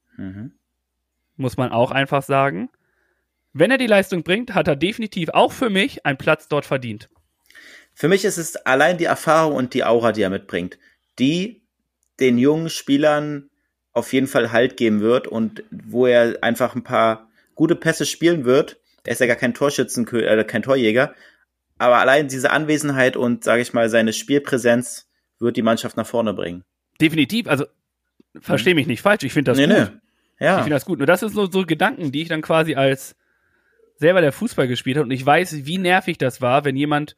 Muss man auch einfach sagen. Wenn er die Leistung bringt, hat er definitiv auch für mich einen Platz dort verdient. Für mich ist es allein die Erfahrung und die Aura, die er mitbringt, die den jungen Spielern auf jeden Fall Halt geben wird und wo er einfach ein paar gute Pässe spielen wird. Er ist ja gar kein kein Torjäger, aber allein diese Anwesenheit und, sage ich mal, seine Spielpräsenz wird die Mannschaft nach vorne bringen. Definitiv, also versteh mich nicht falsch, ich finde das gut. Ja. Ich finde das gut. Nur das ist so Gedanken, die ich dann quasi als selber der Fußball gespielt hat und ich weiß, wie nervig das war, wenn jemand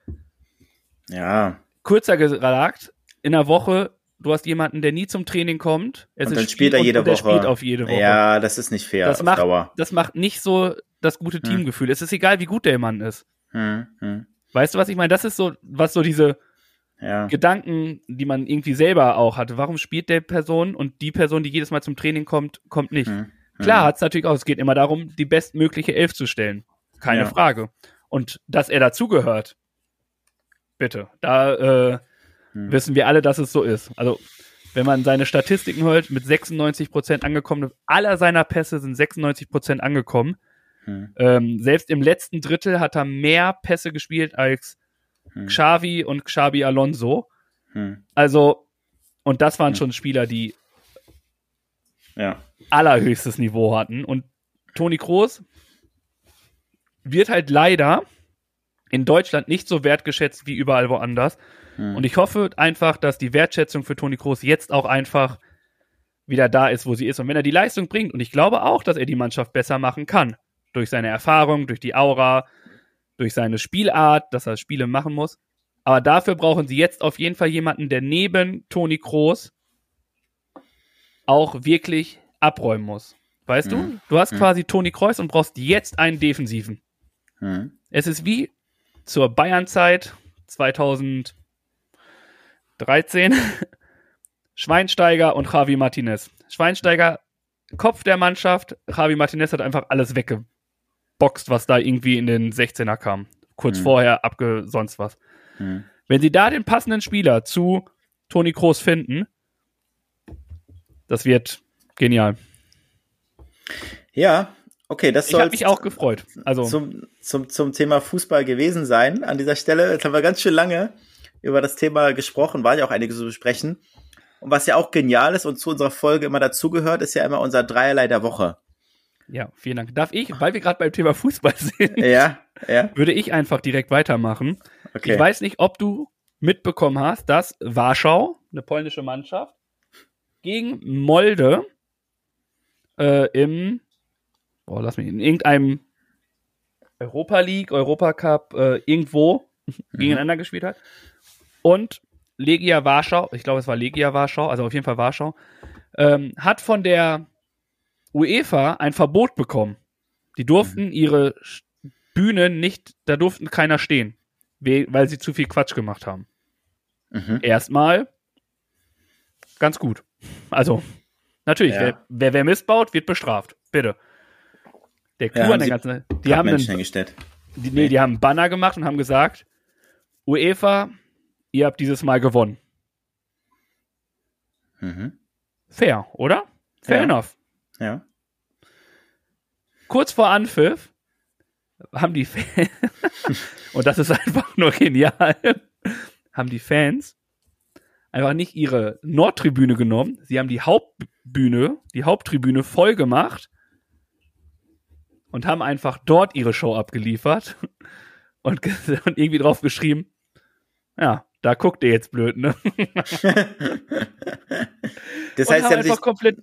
kürzer gesagt, in der Woche, du hast jemanden, der nie zum Training kommt. Und dann spielt er jede Woche. Der spielt auf jede Woche. Ja, das ist nicht fair auf Dauer. Das macht nicht so das gute Teamgefühl. Es ist egal, wie gut der Mann ist. Weißt du, was ich meine? Das ist so, was so diese Gedanken, die man irgendwie selber auch hat. Warum spielt der Person und die Person, die jedes Mal zum Training kommt nicht? Klar hat es natürlich auch, es geht immer darum, die bestmögliche 11 zu stellen. Keine Frage. Und dass er dazugehört, bitte, da wissen wir alle, dass es so ist. Also, wenn man seine Statistiken hört, mit 96% angekommen, aller seiner Pässe sind 96% angekommen. Selbst im letzten Drittel hat er mehr Pässe gespielt als Xavi und Xabi Alonso. Also, und das waren schon Spieler, die allerhöchstes Niveau hatten. Und Toni Kroos wird halt leider in Deutschland nicht so wertgeschätzt wie überall woanders. Und ich hoffe einfach, dass die Wertschätzung für Toni Kroos jetzt auch einfach wieder da ist, wo sie ist. Und wenn er die Leistung bringt, und ich glaube auch, dass er die Mannschaft besser machen kann, durch seine Erfahrung, durch die Aura, durch seine Spielart, dass er Spiele machen muss. Aber dafür brauchen sie jetzt auf jeden Fall jemanden, der neben Toni Kroos auch wirklich abräumen muss. Weißt du? Du hast quasi Toni Kroos und brauchst jetzt einen Defensiven. Es ist wie zur Bayern-Zeit 2013 Schweinsteiger und Javi Martinez. Schweinsteiger, Kopf der Mannschaft, Javi Martinez hat einfach alles weggeboxt, was da irgendwie in den 16er kam. Kurz vorher sonst was. Wenn sie da den passenden Spieler zu Toni Kroos finden, das wird genial. Ja, okay, das soll. Ich habe mich auch gefreut. Also zum Thema Fußball gewesen sein an dieser Stelle. Jetzt haben wir ganz schön lange über das Thema gesprochen, war ja auch einiges zu besprechen. Und was ja auch genial ist und zu unserer Folge immer dazugehört, ist ja immer unser Dreierlei der Woche. Ja, vielen Dank. Darf ich, weil wir gerade beim Thema Fußball sind, Ja. würde ich einfach direkt weitermachen. Okay. Ich weiß nicht, ob du mitbekommen hast, dass Warschau, eine polnische Mannschaft, gegen Molde in irgendeinem Europa League, Europacup, irgendwo gegeneinander gespielt hat. Und Legia Warschau, ich glaube, es war Legia Warschau, also auf jeden Fall Warschau, hat von der UEFA ein Verbot bekommen. Die durften ihre Bühne nicht, da durften keiner stehen, weil sie zu viel Quatsch gemacht haben. Erstmal ganz gut. Also, natürlich, wer Mist baut, wird bestraft. Bitte. Der Clou an der ganzen, die haben die haben einen Banner gemacht und haben gesagt, UEFA, ihr habt dieses Mal gewonnen. Fair, oder? Fair enough. Ja. Kurz vor Anpfiff haben die Fans, und das ist einfach nur genial, haben die Fans einfach nicht ihre Nordtribüne genommen, sie haben die Haupttribüne voll gemacht und haben einfach dort ihre Show abgeliefert und irgendwie drauf geschrieben, ja, da guckt ihr jetzt blöd, ne? Das heißt, haben einfach komplett,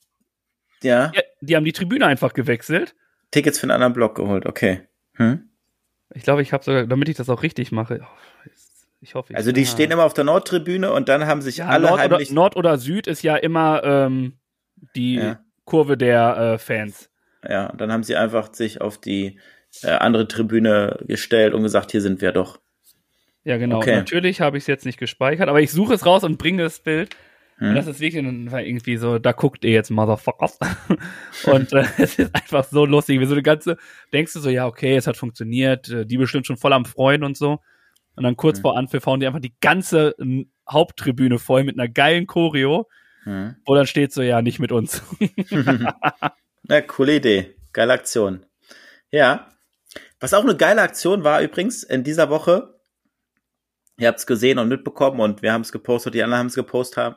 ja, die haben die Tribüne einfach gewechselt. Tickets für einen anderen Block geholt, okay. Ich glaube, ich habe sogar, damit ich das auch richtig mache, ich hoffe. Also die stehen immer auf der Nordtribüne und dann haben sich alle heimlich... Nord oder Süd ist ja immer die Kurve der Fans. Ja, und dann haben sie einfach sich auf die andere Tribüne gestellt und gesagt, hier sind wir doch. Ja, genau. Okay. Natürlich habe ich es jetzt nicht gespeichert, aber ich suche es raus und bringe das Bild. Und das ist wirklich irgendwie so, da guckt ihr jetzt Motherfuckers. Und es ist einfach so lustig, wie so eine ganze, denkst du so, ja, okay, es hat funktioniert, die bestimmt schon voll am Freuen und so. Und dann kurz vor Anpfiff hauen die einfach die ganze Haupttribüne voll mit einer geilen Choreo, wo dann steht so, ja, nicht mit uns. Na, coole Idee. Geile Aktion. Ja. Was auch eine geile Aktion war übrigens in dieser Woche, ihr habt es gesehen und mitbekommen und wir haben es gepostet, die anderen haben es gepostet.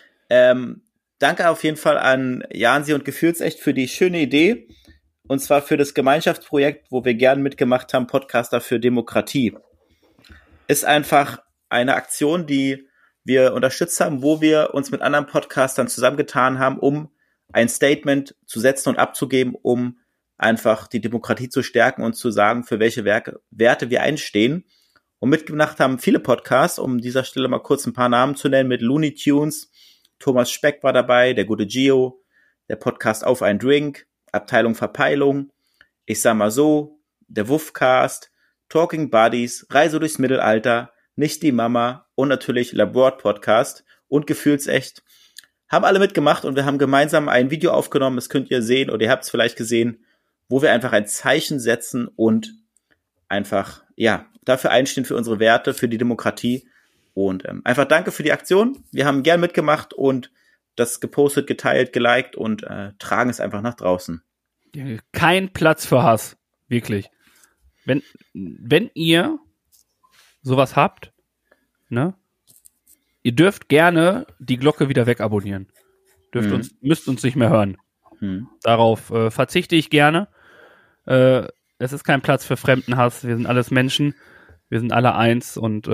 Danke auf jeden Fall an Jansi und Gefühlsecht für die schöne Idee. Und zwar für das Gemeinschaftsprojekt, wo wir gern mitgemacht haben, Podcaster für Demokratie. Ist einfach eine Aktion, die wir unterstützt haben, wo wir uns mit anderen Podcastern zusammengetan haben, um ein Statement zu setzen und abzugeben, um einfach die Demokratie zu stärken und zu sagen, für welche Werte wir einstehen. Und mitgemacht haben viele Podcasts, um an dieser Stelle mal kurz ein paar Namen zu nennen, mit Looney Tunes, Thomas Speck war dabei, der gute Gio, der Podcast Auf ein Drink, Abteilung Verpeilung, Ich sag mal so, der Wuffcast, Talking Buddies, Reise durchs Mittelalter, Nicht die Mama und natürlich Labord Podcast und Gefühlsecht. Haben alle mitgemacht und wir haben gemeinsam ein Video aufgenommen, das könnt ihr sehen oder ihr habt es vielleicht gesehen, wo wir einfach ein Zeichen setzen und einfach, ja, dafür einstehen für unsere Werte, für die Demokratie. Und einfach danke für die Aktion. Wir haben gern mitgemacht und das gepostet, geteilt, geliked und tragen es einfach nach draußen. Kein Platz für Hass. Wirklich. Wenn ihr sowas habt, ne, ihr dürft gerne die Glocke wieder wegabonnieren. Müsst uns nicht mehr hören. Darauf verzichte ich gerne. Es ist kein Platz für Fremdenhass. Wir sind alles Menschen. Wir sind alle eins und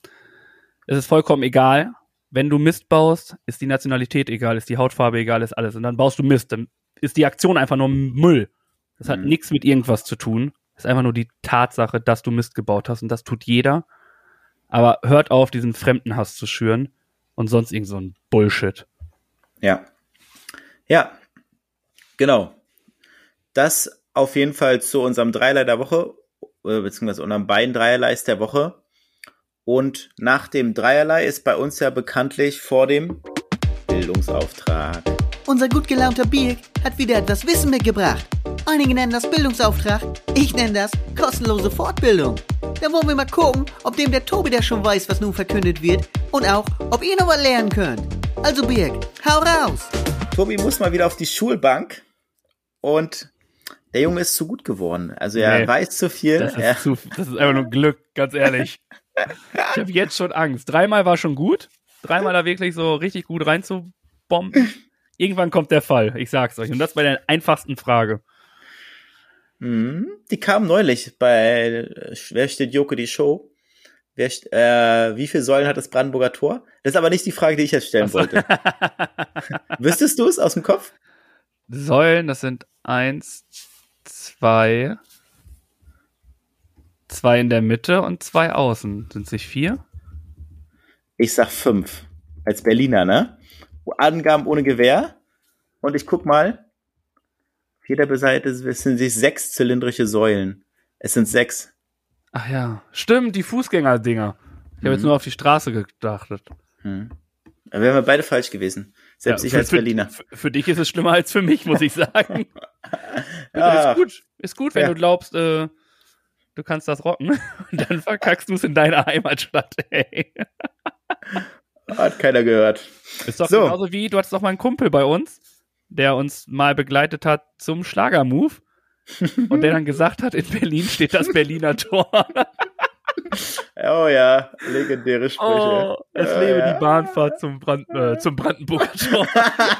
es ist vollkommen egal. Wenn du Mist baust, ist die Nationalität egal, ist die Hautfarbe egal, ist alles. Und dann baust du Mist. Dann ist die Aktion einfach nur Müll. Das hat nichts mit irgendwas zu tun. Das ist einfach nur die Tatsache, dass du Mist gebaut hast. Und das tut jeder. Aber hört auf, diesen Fremdenhass zu schüren und sonst irgend so ein Bullshit. Ja. Ja. Genau. Das auf jeden Fall zu unserem Dreierlei der Woche, beziehungsweise unserem beiden Dreierleis der Woche. Und nach dem Dreierlei ist bei uns ja bekanntlich vor dem Bildungsauftrag. Unser gut gelaunter Birk hat wieder etwas Wissen mitgebracht. Einige nennen das Bildungsauftrag, ich nenne das kostenlose Fortbildung. Da wollen wir mal gucken, ob dem der Tobi da schon weiß, was nun verkündet wird und auch, ob ihr noch was lernen könnt. Also Birk, hau raus! Tobi muss mal wieder auf die Schulbank und der Junge ist zu gut geworden. Also er weiß zu viel. Das ist einfach nur Glück, ganz ehrlich. Ich habe jetzt schon Angst. 3-mal war schon gut. dreimal da wirklich so richtig gut reinzubomben. Irgendwann kommt der Fall, ich sag's euch. Und das bei der einfachsten Frage. Die kam neulich bei Wer steht Joko die Show? Wie viele Säulen hat das Brandenburger Tor? Das ist aber nicht die Frage, die ich jetzt stellen wollte. Wüsstest du es aus dem Kopf? Säulen, das sind 1, 2 in der Mitte und 2 außen. Sind es nicht 4? Ich sag 5. Als Berliner, ne? Angaben ohne Gewähr. Und ich guck mal. Auf jeder Seite sind sich 6 zylindrische Säulen. Es sind 6. Ach ja, stimmt, die Fußgänger-Dinger. Ich habe jetzt nur auf die Straße gedacht. Da wären wir beide falsch gewesen. Selbst ich als Berliner. Für dich ist es schlimmer als für mich, muss ich sagen. Ist gut, wenn du glaubst, du kannst das rocken. Und dann verkackst du es in deiner Heimatstadt, ey. Hat keiner gehört. Ist doch genauso wie, du hattest doch mal einen Kumpel bei uns, der uns mal begleitet hat zum Schlagermove und der dann gesagt hat, in Berlin steht das Berliner Tor. Oh ja, legendäre Sprüche. Oh, es lebe die Bahnfahrt zum Brandenburger Tor.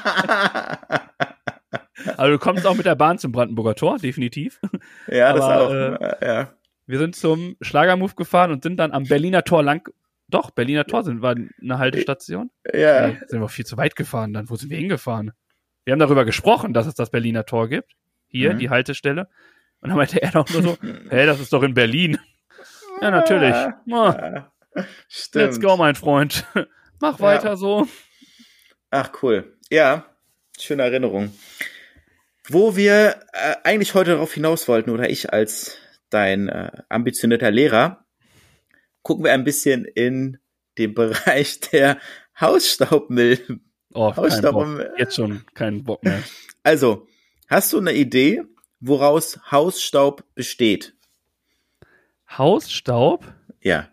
Also du kommst auch mit der Bahn zum Brandenburger Tor, definitiv. Ja, das auch. Ja. Wir sind zum Schlagermove gefahren und sind dann am Berliner Tor Berliner Tor war eine Haltestation. Ja. Nee, sind wir viel zu weit gefahren dann. Wo sind wir hingefahren? Wir haben darüber gesprochen, dass es das Berliner Tor gibt. Hier, die Haltestelle. Und dann meinte er doch nur so, hey, das ist doch in Berlin. Ja, natürlich. Stimmt. Let's go, mein Freund. Mach weiter so. Ach, cool. Ja, schöne Erinnerung. Wo wir eigentlich heute darauf hinaus wollten, oder ich als dein ambitionierter Lehrer, gucken wir ein bisschen in den Bereich der Hausstaubmilben. Oh, kein Bock. Jetzt schon keinen Bock mehr. Also, hast du eine Idee, woraus Hausstaub besteht? Hausstaub? Ja.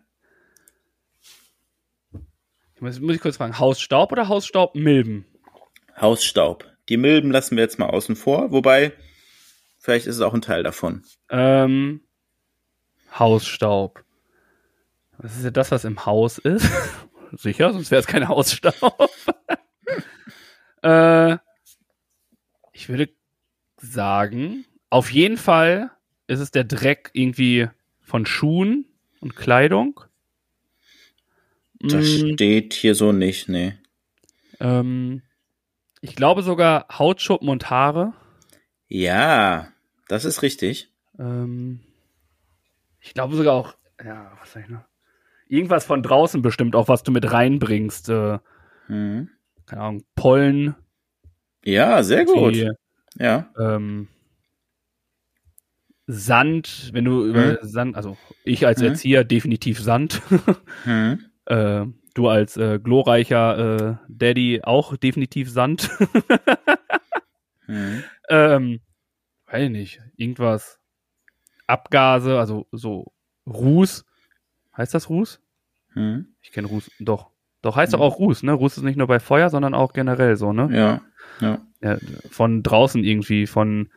Muss ich kurz fragen, Hausstaub oder Hausstaubmilben? Hausstaub. Die Milben lassen wir jetzt mal außen vor, wobei, vielleicht ist es auch ein Teil davon. Hausstaub. Das ist ja das, was im Haus ist. Sicher, sonst wäre es kein Hausstaub. Ich würde sagen, auf jeden Fall ist es der Dreck irgendwie von Schuhen und Kleidung. Das steht hier so nicht, nee. Ich glaube sogar Hautschuppen und Haare. Ja, das ist richtig. Ich glaube sogar auch, ja, was sag ich noch? Irgendwas von draußen bestimmt auch, was du mit reinbringst. Keine Ahnung, Pollen. Ja, sehr gut. Ja. Sand, wenn du über Sand, also ich als Erzieher definitiv Sand. Du als glorreicher Daddy auch definitiv Sand. Weiß ich nicht, irgendwas. Abgase, also so Ruß. Heißt das Ruß? Ich kenne Ruß, doch. Doch, heißt doch auch Ruß, ne? Ruß ist nicht nur bei Feuer, sondern auch generell so, ne? Ja. Von draußen irgendwie,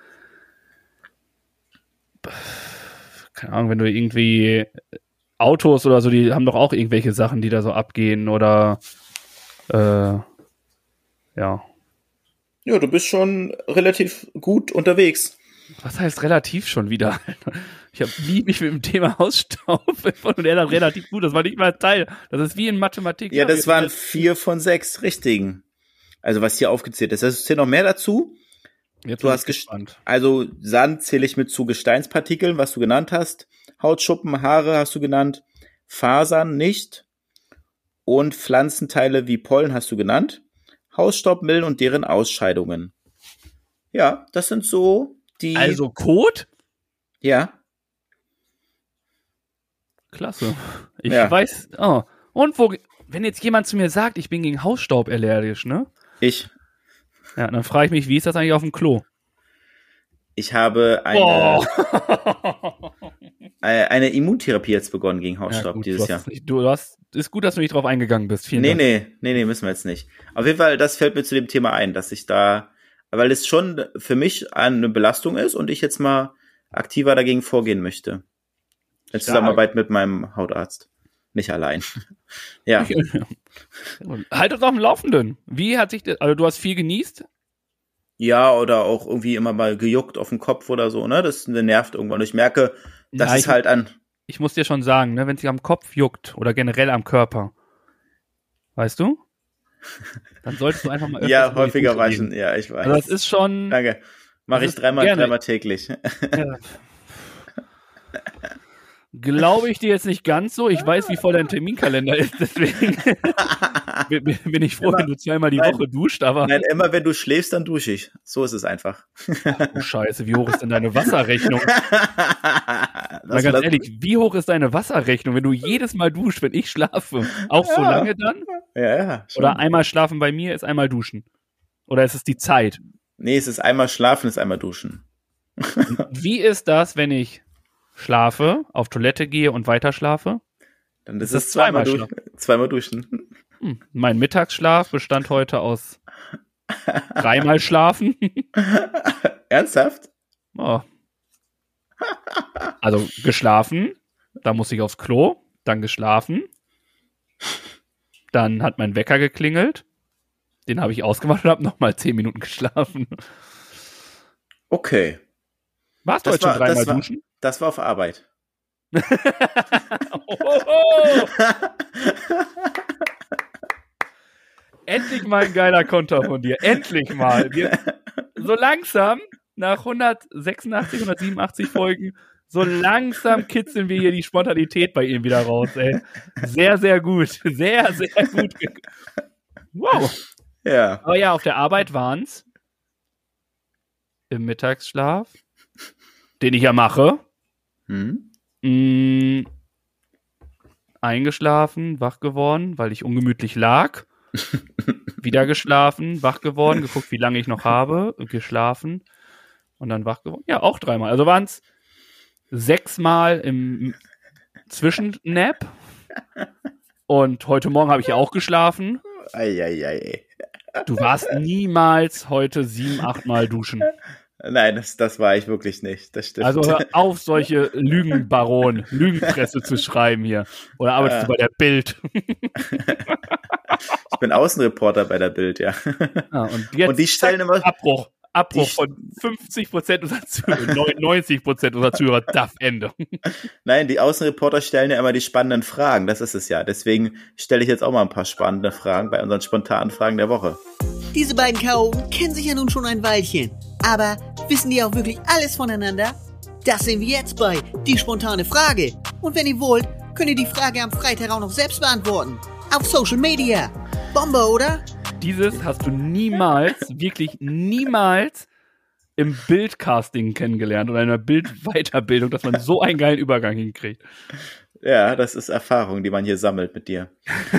keine Ahnung, wenn du irgendwie Autos oder so, die haben doch auch irgendwelche Sachen, die da so abgehen oder ja. Ja, du bist schon relativ gut unterwegs. Was heißt relativ schon wieder? Ich habe nie mich mit dem Thema Hausstaub und er dann relativ gut. Das war nicht mal Teil. Das ist wie in Mathematik. Ja, das waren 4 von 6 richtigen. Also was hier aufgezählt ist. Es zählt noch mehr dazu. Jetzt du hast gespannt. Also Sand zähle ich mit zu Gesteinspartikeln, was du genannt hast. Hautschuppen, Haare hast du genannt. Fasern nicht. Und Pflanzenteile wie Pollen hast du genannt. Hausstaubmilben und deren Ausscheidungen. Ja, das sind so die... Also Kot? Ja. Klasse. Ich weiß... Oh. Und wenn jetzt jemand zu mir sagt, ich bin gegen Hausstaub allergisch, ne? Ich. Ja, dann frage ich mich, wie ist das eigentlich auf dem Klo? Ich habe eine Immuntherapie jetzt begonnen gegen Hausstaub gut, dieses Jahr. Ist gut, dass du nicht drauf eingegangen bist. Vielen Dank. Nee, müssen wir jetzt nicht. Auf jeden Fall, das fällt mir zu dem Thema ein, dass ich da, weil es schon für mich eine Belastung ist und ich jetzt mal aktiver dagegen vorgehen möchte. In Zusammenarbeit mit meinem Hautarzt. nicht allein. Ja. Halt uns auf dem Laufenden. Wie hat sich das, also du hast viel genießt? Ja, oder auch irgendwie immer mal gejuckt auf dem Kopf oder so, ne? Das nervt irgendwann. Und ich merke, das ist halt Ich muss dir schon sagen, ne, wenn es dir am Kopf juckt oder generell am Körper, weißt du? Dann solltest du einfach mal öfters ja, häufiger waschen. Ja, ich weiß. Also das ist schon... Danke. Mache ich dreimal täglich. Ja. Glaube ich dir jetzt nicht ganz so. Ich weiß, wie voll dein Terminkalender ist, deswegen bin ich froh, wenn du zweimal die Woche duscht, aber... Nein, immer wenn du schläfst, dann dusche ich. So ist es einfach. Oh Scheiße, wie hoch ist denn deine Wasserrechnung? Mal ganz ehrlich, wie hoch ist deine Wasserrechnung, wenn du jedes Mal duschst, wenn ich schlafe? Auch so lange dann? Ja. Schon. Oder einmal schlafen bei mir ist einmal duschen? Oder ist es die Zeit? Nee, es ist einmal schlafen, ist einmal duschen. Wie ist das, wenn ich schlafe, auf Toilette gehe und weiter schlafe? Dann ist es zweimal duschen. Mein Mittagsschlaf bestand heute aus 3-mal schlafen. Ernsthaft? Oh. Also geschlafen, dann muss ich aufs Klo, dann geschlafen, dann hat mein Wecker geklingelt, den habe ich ausgemacht und habe nochmal 10 Minuten geschlafen. Okay. Warst du heute schon 3-mal duschen? Das war auf Arbeit. Endlich mal ein geiler Konter von dir. Endlich mal. So langsam, nach 186, 187 Folgen, so langsam kitzeln wir hier die Spontanität bei ihm wieder raus, ey. Sehr, sehr gut. Sehr, sehr gut. Wow. Ja. Aber ja, auf der Arbeit waren's im Mittagsschlaf, den ich ja mache. Eingeschlafen, wach geworden, weil ich ungemütlich lag. Wieder geschlafen, wach geworden, geguckt, wie lange ich noch habe, geschlafen und dann wach geworden. Ja, auch 3-mal. Also waren es 6-mal im Zwischennap. Und heute Morgen habe ich ja auch geschlafen. Ei. Du warst niemals heute 7-8-mal duschen. Nein, das war ich wirklich nicht. Das stimmt. Also hör auf, solche Lügenpresse zu schreiben hier. Oder arbeitest du bei der Bild? Ich bin Außenreporter bei der Bild, ja. Und jetzt die stellen immer Abbruch von 50% unserer Zuhörer, 90% unserer Zuhörer, darf Ende. Nein, die Außenreporter stellen ja immer die spannenden Fragen, das ist es ja. Deswegen stelle ich jetzt auch mal ein paar spannende Fragen bei unseren spontanen Fragen der Woche. Diese beiden Chaoten kennen sich ja nun schon ein Weilchen. Aber wissen die auch wirklich alles voneinander? Das sehen wir jetzt bei Die spontane Frage. Und wenn ihr wollt, könnt ihr die Frage am Freitag auch noch selbst beantworten. Auf Social Media. Bombe, oder? Dieses hast du niemals, wirklich niemals im Bildcasting kennengelernt oder in einer Bildweiterbildung, dass man so einen geilen Übergang hinkriegt. Ja, das ist Erfahrung, die man hier sammelt mit dir.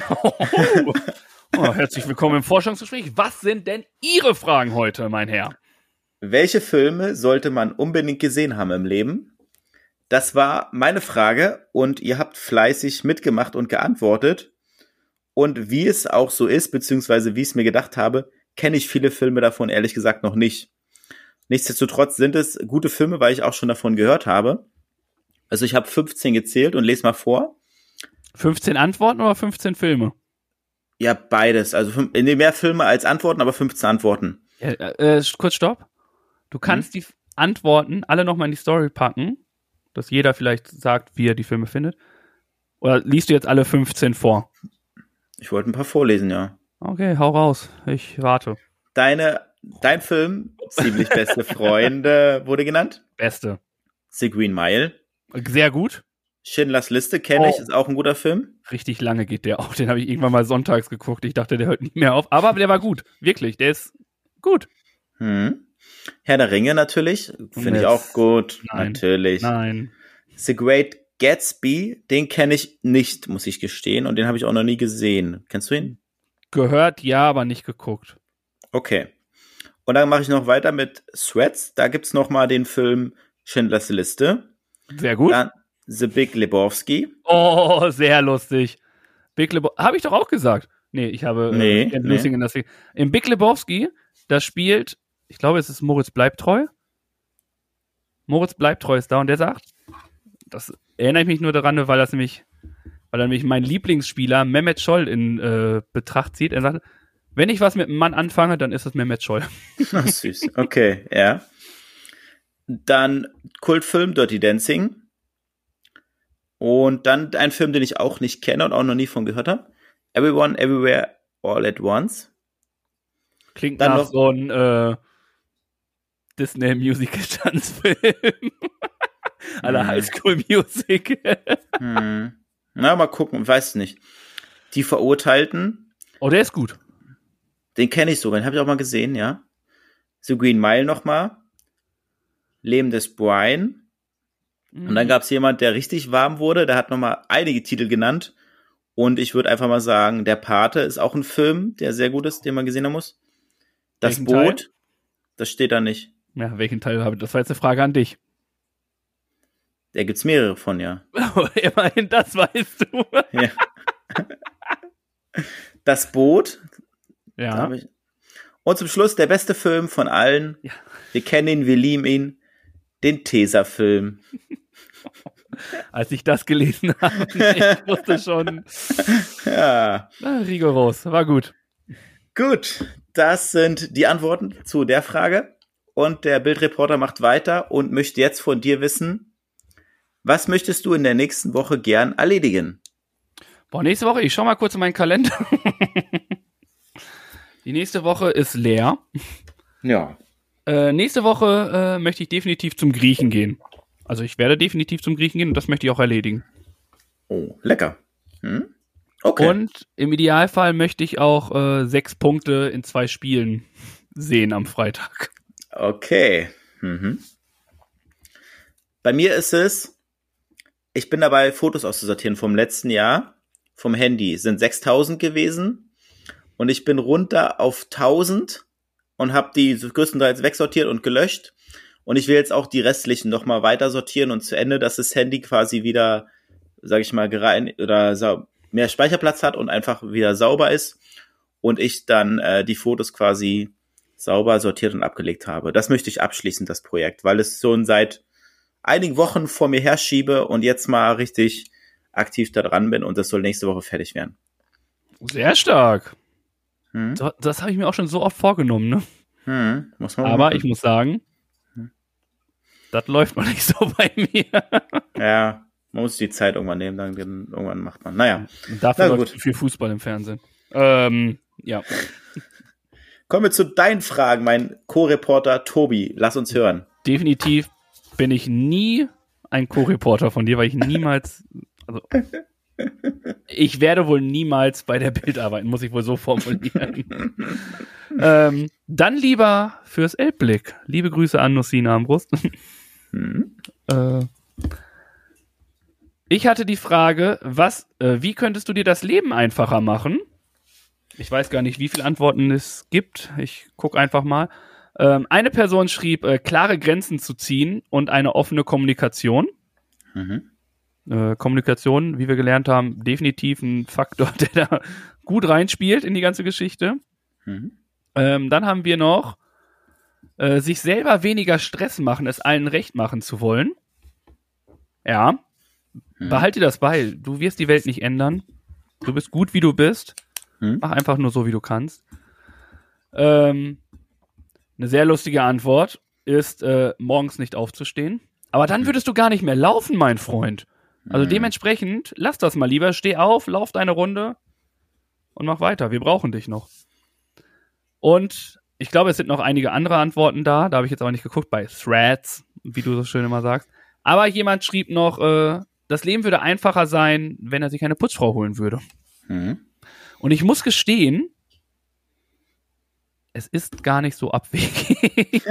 Herzlich willkommen im Forschungsgespräch. Was sind denn Ihre Fragen heute, mein Herr? Welche Filme sollte man unbedingt gesehen haben im Leben? Das war meine Frage und ihr habt fleißig mitgemacht und geantwortet. Und wie es auch so ist, beziehungsweise wie ich es mir gedacht habe, kenne ich viele Filme davon ehrlich gesagt noch nicht. Nichtsdestotrotz sind es gute Filme, weil ich auch schon davon gehört habe. Also ich habe 15 gezählt und lese mal vor. 15 Antworten oder 15 Filme? Ja, beides. Also mehr Filme als Antworten, aber 15 Antworten. Kurz Stopp. Du kannst die Antworten alle nochmal in die Story packen, dass jeder vielleicht sagt, wie er die Filme findet. Oder liest du jetzt alle 15 vor? Ich wollte ein paar vorlesen, ja. Okay, hau raus. Ich warte. Dein Film, Ziemlich beste Freunde, wurde genannt. Beste. The Green Mile. Sehr gut. Schindlers Liste kenne ich, ist auch ein guter Film. Richtig lange geht der auch. Den habe ich irgendwann mal sonntags geguckt. Ich dachte, der hört nicht mehr auf. Aber der war gut. Wirklich, der ist gut. Herr der Ringe natürlich. Finde ich auch gut. Nein. Natürlich. Nein. The Great Gatsby, den kenne ich nicht, muss ich gestehen. Und den habe ich auch noch nie gesehen. Kennst du ihn? Gehört, ja, aber nicht geguckt. Okay. Und dann mache ich noch weiter mit Sweats. Da gibt's noch mal den Film Schindlers Liste. Sehr gut. Dann The Big Lebowski. Oh, sehr lustig. Big Lebowski, habe ich doch auch gesagt. Nee, ich habe Losing in das Ding. Im Big Lebowski, da spielt, ich glaube, es ist Moritz Bleibtreu. Moritz Bleibtreu ist da und der sagt, das erinnere ich mich nur daran, weil das nämlich weil er nämlich mein Lieblingsspieler Mehmet Scholl in Betracht zieht. Er sagt, wenn ich was mit einem Mann anfange, dann ist es Mehmet Scholl. Ach, süß. Okay, ja. Dann Kultfilm Dirty Dancing. Und dann ein Film, den ich auch nicht kenne und auch noch nie von gehört habe. Everyone, Everywhere, All at Once. Klingt dann nach noch so ein Disney-Musical-Tanzfilm. Aller High School Music. Na, mal gucken, weiß es nicht. Die Verurteilten. Oh, der ist gut. Den kenne ich sogar, den habe ich auch mal gesehen, ja. The Green Mile nochmal. Leben des Brian. Und dann gab es jemand, der richtig warm wurde, der hat nochmal einige Titel genannt. Und ich würde einfach mal sagen, Der Pate ist auch ein Film, der sehr gut ist, den man gesehen haben muss. Das Welchen Boot, Teil? das steht da nicht. Ja, welchen Teil habe ich? Das war jetzt eine Frage an dich. Da gibt's mehrere von, ja. Immerhin, das weißt du. Ja. Das Boot. Da Ja. hab ich. Und zum Schluss der beste Film von allen. Ja. Wir kennen ihn, wir lieben ihn. Den Tesafilm. Als ich das gelesen habe, ich wusste schon, Ja. rigoros, war gut. Gut, das sind die Antworten zu der Frage. Und der Bildreporter macht weiter und möchte jetzt von dir wissen, was möchtest du in der nächsten Woche gern erledigen? Boah, nächste Woche, ich schau mal kurz in meinen Kalender. Die nächste Woche ist leer. Ja. Nächste Woche möchte ich definitiv zum Griechen gehen. Also ich werde definitiv zum Griechen gehen und das möchte ich auch erledigen. Oh, lecker. Okay. Und im Idealfall möchte ich auch 6 Punkte in 2 Spielen sehen am Freitag. Okay. Bei mir ist es, ich bin dabei, Fotos auszusortieren vom letzten Jahr. Vom Handy sind 6.000 gewesen. Und ich bin runter auf 1.000 und habe die größtenteils wegsortiert und gelöscht. Und ich will jetzt auch die restlichen nochmal weiter sortieren und zu Ende, dass das Handy quasi wieder, sag ich mal, gereinigt oder mehr Speicherplatz hat und einfach wieder sauber ist. Und ich dann die Fotos quasi sauber sortiert und abgelegt habe. Das möchte ich abschließen, das Projekt, weil es schon seit einigen Wochen vor mir herschiebe und jetzt mal richtig aktiv da dran bin und das soll nächste Woche fertig werden. Sehr stark. Das habe ich mir auch schon so oft vorgenommen, ne? Muss man Aber machen. ich muss sagen, das läuft noch nicht so bei mir. Ja, man muss die Zeit irgendwann nehmen, dann irgendwann macht man. Naja. Und dafür Na läuft gut. viel Fußball im Fernsehen. Ja. Kommen wir zu deinen Fragen, mein Co-Reporter Tobi. Lass uns hören. Definitiv bin ich nie ein Co-Reporter von dir, weil ich niemals, also ich werde wohl niemals bei der Bild arbeiten, muss ich wohl so formulieren. Dann lieber fürs Elbblick. Liebe Grüße an Nussina Armbrust. Ich hatte die Frage, wie könntest du dir das Leben einfacher machen? Ich weiß gar nicht, wie viele Antworten es gibt. Ich gucke einfach mal. Eine Person schrieb, klare Grenzen zu ziehen und eine offene Kommunikation. Kommunikation, wie wir gelernt haben, definitiv ein Faktor, der da gut reinspielt in die ganze Geschichte. Dann haben wir noch, sich selber weniger Stress machen, es allen recht machen zu wollen. Ja, behalte das bei. Du wirst die Welt nicht ändern. Du bist gut, wie du bist. Mach einfach nur so, wie du kannst. Eine sehr lustige Antwort ist, morgens nicht aufzustehen. Aber dann würdest du gar nicht mehr laufen, mein Freund. Also dementsprechend, lass das mal lieber. Steh auf, lauf deine Runde und mach weiter. Wir brauchen dich noch. Und ich glaube, es sind noch einige andere Antworten da. Da habe ich jetzt aber nicht geguckt, bei Threads, wie du so schön immer sagst. Aber jemand schrieb noch, das Leben würde einfacher sein, wenn er sich eine Putzfrau holen würde. Und ich muss gestehen, es ist gar nicht so abwegig.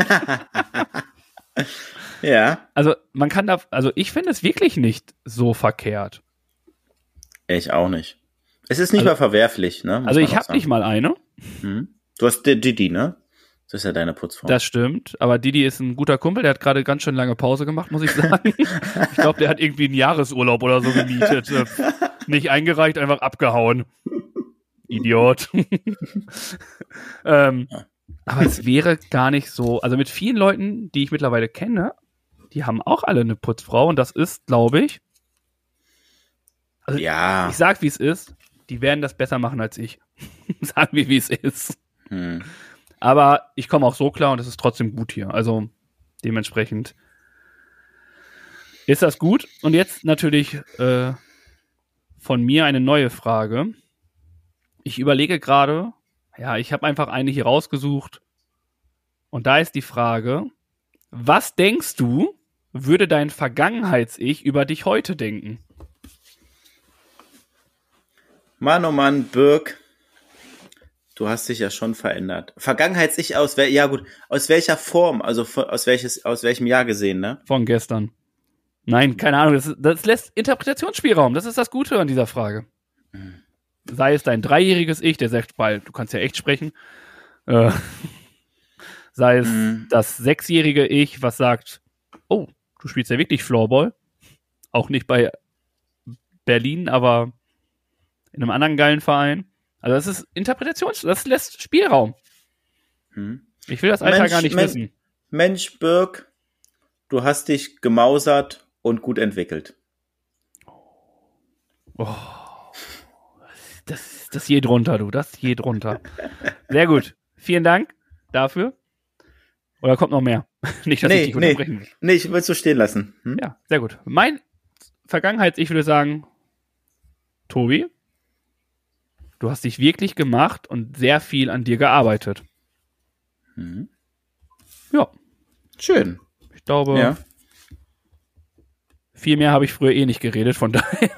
Ja. Also man kann ich finde es wirklich nicht so verkehrt. Ich auch nicht. Es ist nicht mal verwerflich, ne? Also ich habe nicht mal eine. Du hast Didi, ne? Das ist ja deine Putzfrau. Das stimmt, aber Didi ist ein guter Kumpel, der hat gerade ganz schön lange Pause gemacht, muss ich sagen. Ich glaube, der hat irgendwie einen Jahresurlaub oder so gemietet. Nicht eingereicht, einfach abgehauen. Idiot. Aber es wäre gar nicht so, also mit vielen Leuten, die ich mittlerweile kenne, die haben auch alle eine Putzfrau und das ist, glaube ich, Also Ja. ich sag, wie es ist. Die werden das besser machen als ich. Sagen wir, wie es ist. Aber ich komme auch so klar und es ist trotzdem gut hier. Also dementsprechend ist das gut. Und jetzt natürlich von mir eine neue Frage. Ich überlege gerade, ich habe einfach eine hier rausgesucht. Und da ist die Frage, was denkst du, würde dein Vergangenheits-Ich über dich heute denken? Mann, oh Mann, Birk, du hast dich ja schon verändert. Vergangenheits-Ich aus welcher Form? Also aus welchem Jahr gesehen, ne? Von gestern. Nein, keine Ahnung. Das lässt Interpretationsspielraum. Das ist das Gute an dieser Frage. Sei es dein 3-jähriges Ich, der sagt, weil du kannst ja echt sprechen. Sei es das 6-jährige Ich, was sagt, oh, du spielst ja wirklich Floorball. Auch nicht bei Berlin, aber in einem anderen geilen Verein. Also das ist das lässt Spielraum. Ich will das Alter gar nicht wissen. Mensch, Birk, du hast dich gemausert und gut entwickelt. Oh, das geht runter, du. Das geht runter. Sehr gut. Vielen Dank dafür. Oder kommt noch mehr? Nicht, dass ich dich unterbrechen will. Nee, ich will es so stehen lassen. Ja, sehr gut. Mein Vergangenheits-Ich würde sagen, Tobi, du hast dich wirklich gemacht und sehr viel an dir gearbeitet. Ja. Schön. Ich glaube, viel mehr habe ich früher nicht geredet, von daher.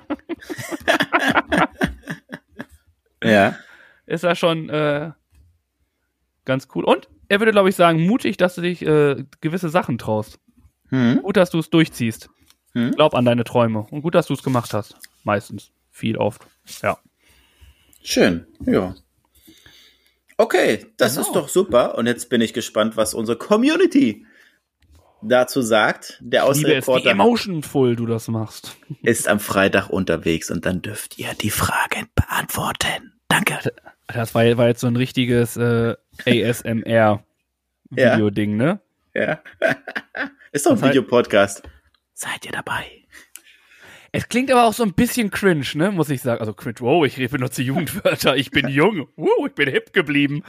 Ja. Ist das schon ganz cool. Und er würde, glaube ich, sagen, mutig, dass du dich gewisse Sachen traust. Gut, dass du es durchziehst. Glaub an deine Träume. Und gut, dass du es gemacht hast. Meistens. Viel, oft. Ja. Schön. Ja. Okay, das ist doch super. Und jetzt bin ich gespannt, was unsere Community dazu sagt. Der Außenreporter, wie emotionful du das machst. ist am Freitag unterwegs und dann dürft ihr die Fragen beantworten. Danke. Das war jetzt so ein richtiges ASMR-Video-Ding, ne? Ja. Ist doch ein Videopodcast. Seid ihr dabei? Es klingt aber auch so ein bisschen cringe, ne? Muss ich sagen. Also cringe, wow, ich benutze Jugendwörter, ich bin jung, ich bin hip geblieben.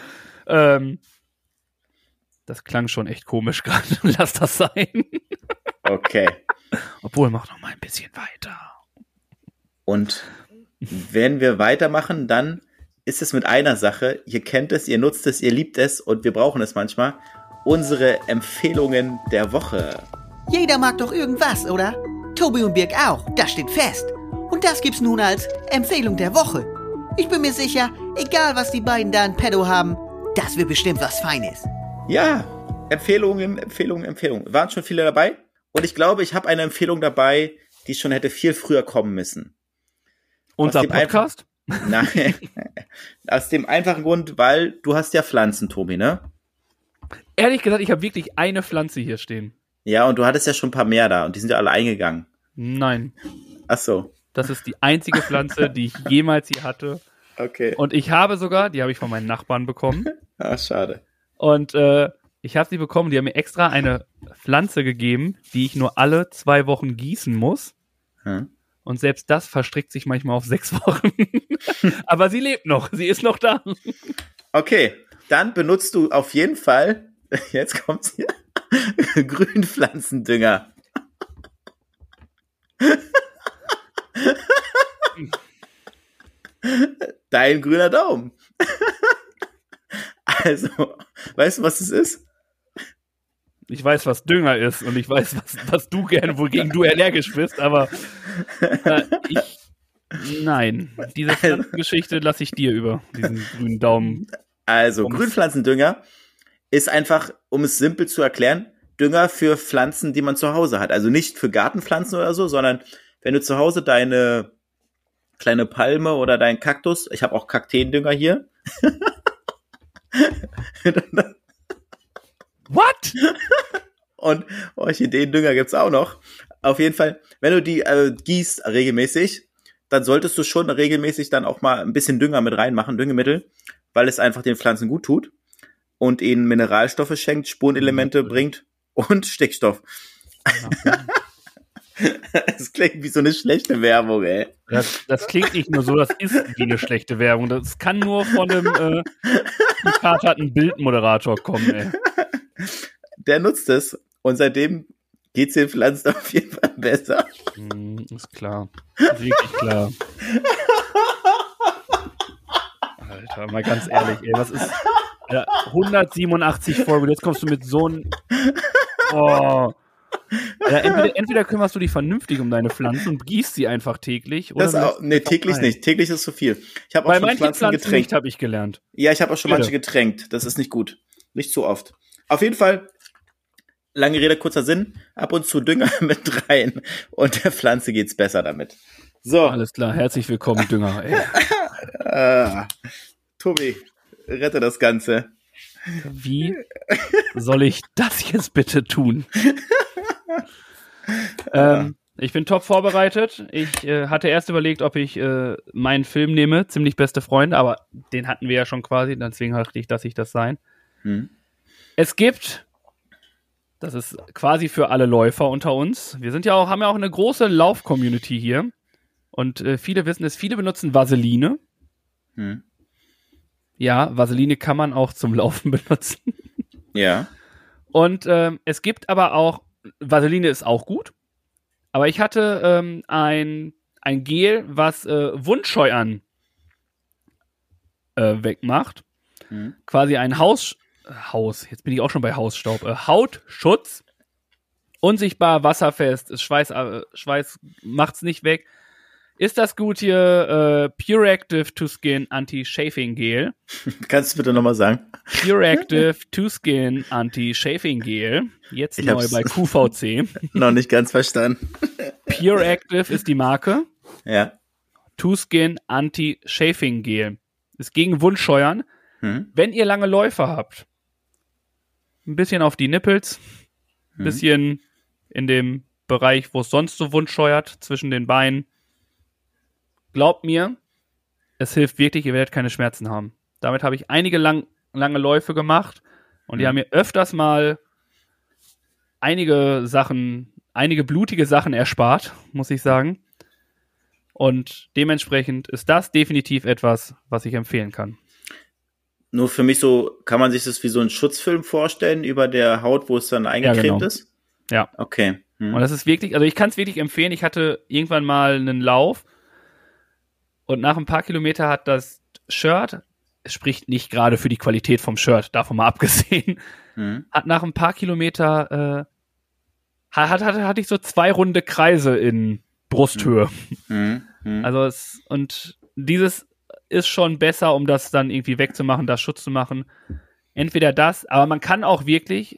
Das klang schon echt komisch gerade. Lass das sein. Okay. Obwohl, mach noch mal ein bisschen weiter. Und wenn wir weitermachen, dann ist es mit einer Sache. Ihr kennt es, ihr nutzt es, ihr liebt es und wir brauchen es manchmal. Unsere Empfehlungen der Woche. Jeder mag doch irgendwas, oder? Tobi und Birk auch, das steht fest. Und das gibt's nun als Empfehlung der Woche. Ich bin mir sicher, egal was die beiden da in petto haben, das wird bestimmt was Feines. Ja, Empfehlungen. Waren schon viele dabei. Und ich glaube, ich habe eine Empfehlung dabei, die schon hätte viel früher kommen müssen. Unser Podcast? Nein, aus dem einfachen Grund, weil du hast ja Pflanzen, Tobi, ne? Ehrlich gesagt, ich habe wirklich eine Pflanze hier stehen. Ja, und du hattest ja schon ein paar mehr da und die sind ja alle eingegangen. Nein. Ach so. Das ist die einzige Pflanze, die ich jemals hier hatte. Okay. Und ich habe sogar, die habe ich von meinen Nachbarn bekommen. Ah, schade. Und ich habe sie bekommen, die haben mir extra eine Pflanze gegeben, die ich nur alle 2 Wochen gießen muss. Und selbst das verstrickt sich manchmal auf 6 Wochen. Aber sie lebt noch, sie ist noch da. Okay, dann benutzt du auf jeden Fall, jetzt kommt's hier, Grünpflanzendünger. Dein grüner Daumen. Also, weißt du, was es ist? Ich weiß, was Dünger ist und ich weiß, was du gerne, wogegen du allergisch bist, aber nein, diese Geschichte lasse ich dir über, diesen grünen Daumen. Also, Grünpflanzendünger ist einfach, um es simpel zu erklären, Dünger für Pflanzen, die man zu Hause hat. Also nicht für Gartenpflanzen oder so, sondern wenn du zu Hause deine kleine Palme oder deinen Kaktus, ich habe auch Kakteendünger hier. What? Und Orchideendünger gibt's auch noch. Auf jeden Fall, wenn du die gießt regelmäßig, dann solltest du schon regelmäßig dann auch mal ein bisschen Dünger mit reinmachen, Düngemittel, weil es einfach den Pflanzen gut tut und ihnen Mineralstoffe schenkt, Spurenelemente bringt und Stickstoff. Es klingt wie so eine schlechte Werbung, ey. Das klingt nicht nur so, das ist wie eine schlechte Werbung. Das kann nur von einem gekarterten Bildmoderator kommen, ey. Der nutzt es und seitdem geht's den Pflanzen auf jeden Fall besser. Ist klar. Ist wirklich klar. Alter, mal ganz ehrlich, ey, was ist 187 Folgen, jetzt kommst du mit so einem entweder kümmerst du dich vernünftig um deine Pflanzen und gießt sie einfach täglich. Oder täglich nicht. Täglich ist zu viel. Ich habe auch bei schon manchen Pflanzen getränkt. habe ich gelernt. Ja, ich habe auch schon manche getränkt. Das ist nicht gut. Nicht zu oft. Auf jeden Fall, lange Rede, kurzer Sinn, ab und zu Dünger mit rein und der Pflanze geht's besser damit. So. Alles klar, herzlich willkommen, Dünger. Ey. Tobi, rette das Ganze. Wie soll ich das jetzt bitte tun? Ich bin top vorbereitet. Ich hatte erst überlegt, ob ich meinen Film nehme, Ziemlich beste Freunde, aber den hatten wir ja schon quasi, deswegen dachte ich, dass ich das sein. Es gibt, das ist quasi für alle Läufer unter uns, wir sind ja auch, haben ja auch eine große Lauf-Community hier und viele wissen es, viele benutzen Vaseline. Ja, Vaseline kann man auch zum Laufen benutzen. Ja. Und es gibt aber auch, Vaseline ist auch gut, aber ich hatte ein Gel, was Wundscheuern wegmacht. Quasi ein jetzt bin ich auch schon bei Hausstaub, Hautschutz, unsichtbar, wasserfest, Schweiß macht's nicht weg. Ist das gut hier, Pure Active to Skin Anti-Chafing Gel. Kannst du bitte nochmal sagen? Pure Active to Skin Anti-Chafing Gel. Jetzt neu bei QVC. Noch nicht ganz verstanden. Pure Active ist die Marke. Ja. To Skin Anti-Chafing Gel. Ist gegen Wundscheuern. Wenn ihr lange Läufe habt, ein bisschen auf die Nippels, ein bisschen in dem Bereich, wo es sonst so wundscheuert, zwischen den Beinen. Glaubt mir, es hilft wirklich, ihr werdet keine Schmerzen haben. Damit habe ich einige lange Läufe gemacht und die haben mir öfters mal einige blutige Sachen erspart, muss ich sagen. Und dementsprechend ist das definitiv etwas, was ich empfehlen kann. Nur für mich so, kann man sich das wie so einen Schutzfilm vorstellen über der Haut, wo es dann eingecremt ist? Ja. Okay. Und das ist wirklich, also ich kann es wirklich empfehlen. Ich hatte irgendwann mal einen Lauf und nach ein paar Kilometer hat das Shirt, es spricht nicht gerade für die Qualität vom Shirt, davon mal abgesehen, hat nach ein paar Kilometer, hatte ich so 2 runde Kreise in Brusthöhe. Also und dieses ist schon besser, um das dann irgendwie wegzumachen, das Schutz zu machen. Entweder das, aber man kann auch wirklich,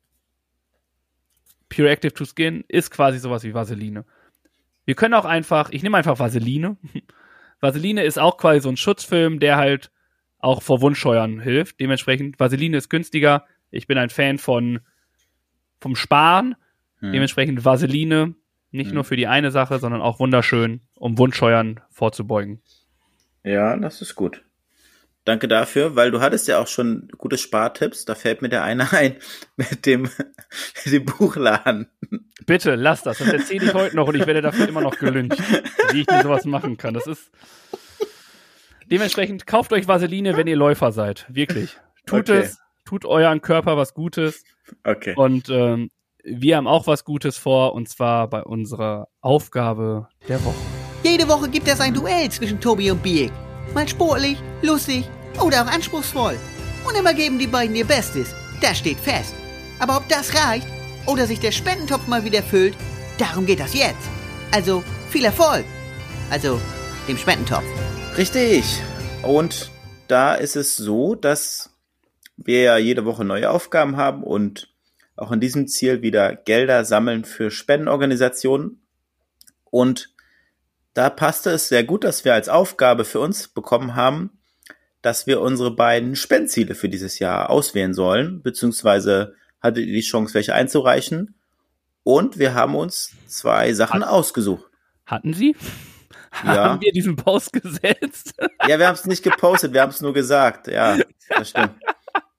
Pure Active to Skin ist quasi sowas wie Vaseline. Wir können auch einfach, ich nehme einfach Vaseline. Vaseline ist auch quasi so ein Schutzfilm, der halt auch vor Wundscheuern hilft. Dementsprechend, Vaseline ist günstiger. Ich bin ein Fan vom Sparen. Dementsprechend Vaseline, nicht nur für die eine Sache, sondern auch wunderschön, um Wundscheuern vorzubeugen. Ja, das ist gut. Danke dafür, weil du hattest ja auch schon gute Spartipps. Da fällt mir der eine ein mit dem Buchladen. Bitte, lass das. Das erzähle ich heute noch und ich werde dafür immer noch gelyncht, wie ich denn sowas machen kann. Das ist dementsprechend, kauft euch Vaseline, wenn ihr Läufer seid. Wirklich. Tut es. Tut euren Körper was Gutes. Okay. Und wir haben auch was Gutes vor, und zwar bei unserer Aufgabe der Woche. Jede Woche gibt es ein Duell zwischen Tobi und Birk. Mal sportlich, lustig oder auch anspruchsvoll. Und immer geben die beiden ihr Bestes. Das steht fest. Aber ob das reicht oder sich der Spendentopf mal wieder füllt, darum geht das jetzt. Also viel Erfolg. Also dem Spendentopf. Richtig. Und da ist es so, dass wir ja jede Woche neue Aufgaben haben und auch in diesem Ziel wieder Gelder sammeln für Spendenorganisationen. Und da passte es sehr gut, dass wir als Aufgabe für uns bekommen haben, dass wir unsere beiden Spendenziele für dieses Jahr auswählen sollen, beziehungsweise hattet ihr die Chance, welche einzureichen. Und wir haben uns 2 Sachen ausgesucht. Hatten Sie? Ja. Haben wir diesen Post gesetzt? Ja, wir haben es nicht gepostet, wir haben es nur gesagt. Ja, das stimmt.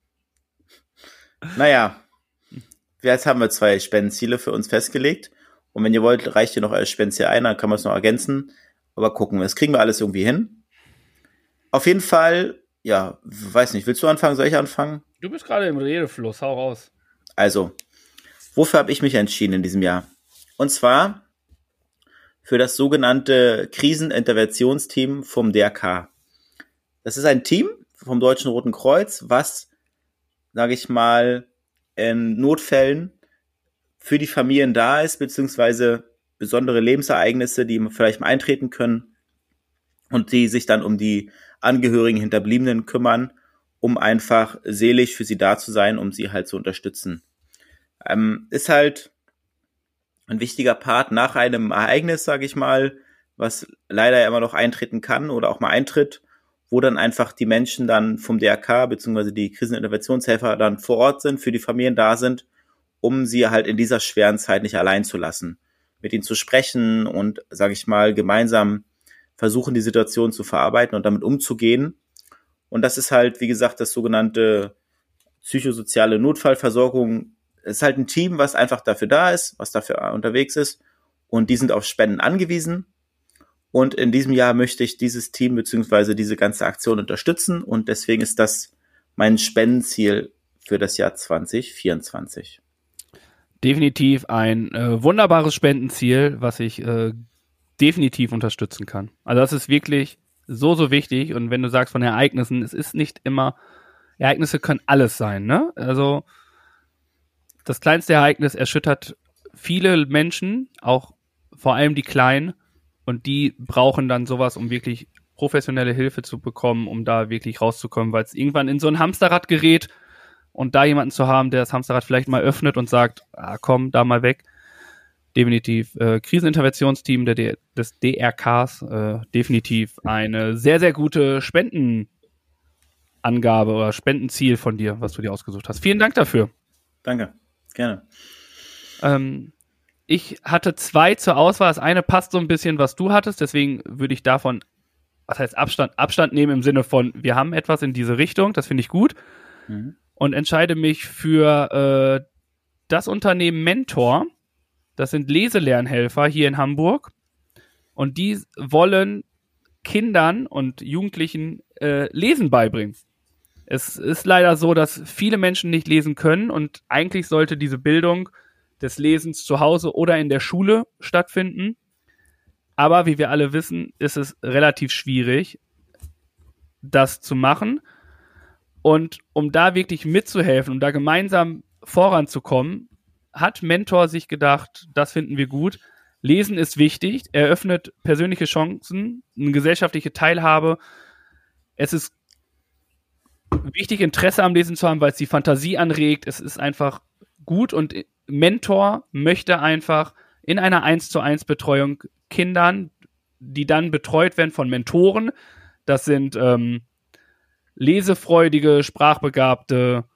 Naja, jetzt haben wir 2 Spendenziele für uns festgelegt. Und wenn ihr wollt, reicht ihr noch als Spendenziel ein, dann kann man es noch ergänzen. Aber gucken wir, das kriegen wir alles irgendwie hin. Auf jeden Fall, ja, weiß nicht, willst du anfangen, soll ich anfangen? Du bist gerade im Redefluss, hau raus. Also, wofür habe ich mich entschieden in diesem Jahr? Und zwar für das sogenannte Kriseninterventionsteam vom DRK. Das ist ein Team vom Deutschen Roten Kreuz, was, sage ich mal, in Notfällen für die Familien da ist, beziehungsweise besondere Lebensereignisse, die vielleicht mal eintreten können und die sich dann um die Angehörigen, Hinterbliebenen kümmern, um einfach seelisch für sie da zu sein, um sie halt zu unterstützen. Ist halt ein wichtiger Part nach einem Ereignis, sage ich mal, was leider immer noch eintreten kann oder auch mal eintritt, wo dann einfach die Menschen dann vom DRK bzw. die Kriseninterventionshelfer dann vor Ort sind, für die Familien da sind, um sie halt in dieser schweren Zeit nicht allein zu lassen. Mit ihnen zu sprechen und, sage ich mal, gemeinsam versuchen, die Situation zu verarbeiten und damit umzugehen. Und das ist halt, wie gesagt, das sogenannte psychosoziale Notfallversorgung. Es ist halt ein Team, was einfach dafür da ist, was dafür unterwegs ist. Und die sind auf Spenden angewiesen. Und in diesem Jahr möchte ich dieses Team bzw. diese ganze Aktion unterstützen. Und deswegen ist das mein Spendenziel für das Jahr 2024. Definitiv ein wunderbares Spendenziel, was ich definitiv unterstützen kann. Also das ist wirklich so wichtig. Und wenn du sagst von Ereignissen, es ist nicht immer, Ereignisse können alles sein, ne? Also das kleinste Ereignis erschüttert viele Menschen, auch vor allem die Kleinen, und die brauchen dann sowas, um wirklich professionelle Hilfe zu bekommen, um da wirklich rauszukommen, weil es irgendwann in so ein Hamsterrad gerät und da jemanden zu haben, der das Hamsterrad vielleicht mal öffnet und sagt, komm, da mal weg. Definitiv Kriseninterventionsteam des DRKs, definitiv eine sehr, sehr gute Spendenangabe oder Spendenziel von dir, was du dir ausgesucht hast. Vielen Dank dafür. Danke, gerne. Ich hatte 2 zur Auswahl. Das eine passt so ein bisschen, was du hattest, deswegen würde ich davon, was heißt Abstand nehmen im Sinne von, wir haben etwas in diese Richtung, das finde ich gut. Und entscheide mich für das Unternehmen Mentor. Das sind Leselernhelfer hier in Hamburg und die wollen Kindern und Jugendlichen Lesen beibringen. Es ist leider so, dass viele Menschen nicht lesen können und eigentlich sollte diese Bildung des Lesens zu Hause oder in der Schule stattfinden. Aber wie wir alle wissen, ist es relativ schwierig, das zu machen. Und um da wirklich mitzuhelfen, um da gemeinsam voranzukommen, hat Mentor sich gedacht, das finden wir gut. Lesen ist wichtig, eröffnet persönliche Chancen, eine gesellschaftliche Teilhabe. Es ist wichtig, Interesse am Lesen zu haben, weil es die Fantasie anregt. Es ist einfach gut und Mentor möchte einfach in einer 1:1 Betreuung Kindern, die dann betreut werden von Mentoren, das sind lesefreudige, sprachbegabte,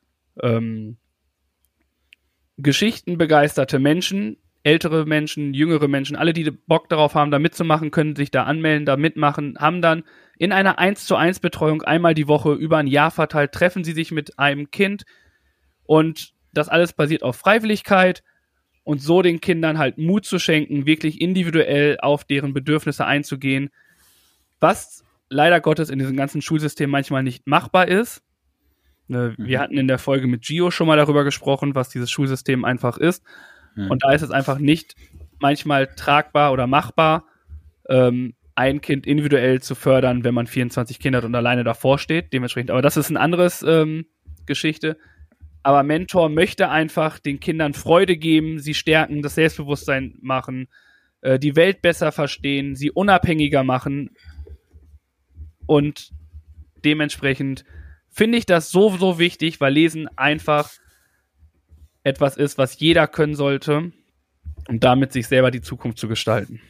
geschichtenbegeisterte Menschen, ältere Menschen, jüngere Menschen, alle, die Bock darauf haben, da mitzumachen, können sich da anmelden, da mitmachen, haben dann in einer 1:1 Betreuung einmal die Woche über ein Jahr verteilt, treffen sie sich mit einem Kind und das alles basiert auf Freiwilligkeit und so den Kindern halt Mut zu schenken, wirklich individuell auf deren Bedürfnisse einzugehen, was leider Gottes in diesem ganzen Schulsystem manchmal nicht machbar ist. Wir hatten in der Folge mit Gio schon mal darüber gesprochen, was dieses Schulsystem einfach ist. Und da ist es einfach nicht manchmal tragbar oder machbar, ein Kind individuell zu fördern, wenn man 24 Kinder hat und alleine davor steht. Dementsprechend, aber das ist ein anderes Geschichte. Aber Mentor möchte einfach den Kindern Freude geben, sie stärken, das Selbstbewusstsein machen, die Welt besser verstehen, sie unabhängiger machen. Und dementsprechend finde ich das so wichtig, weil Lesen einfach etwas ist, was jeder können sollte, um damit sich selber die Zukunft zu gestalten.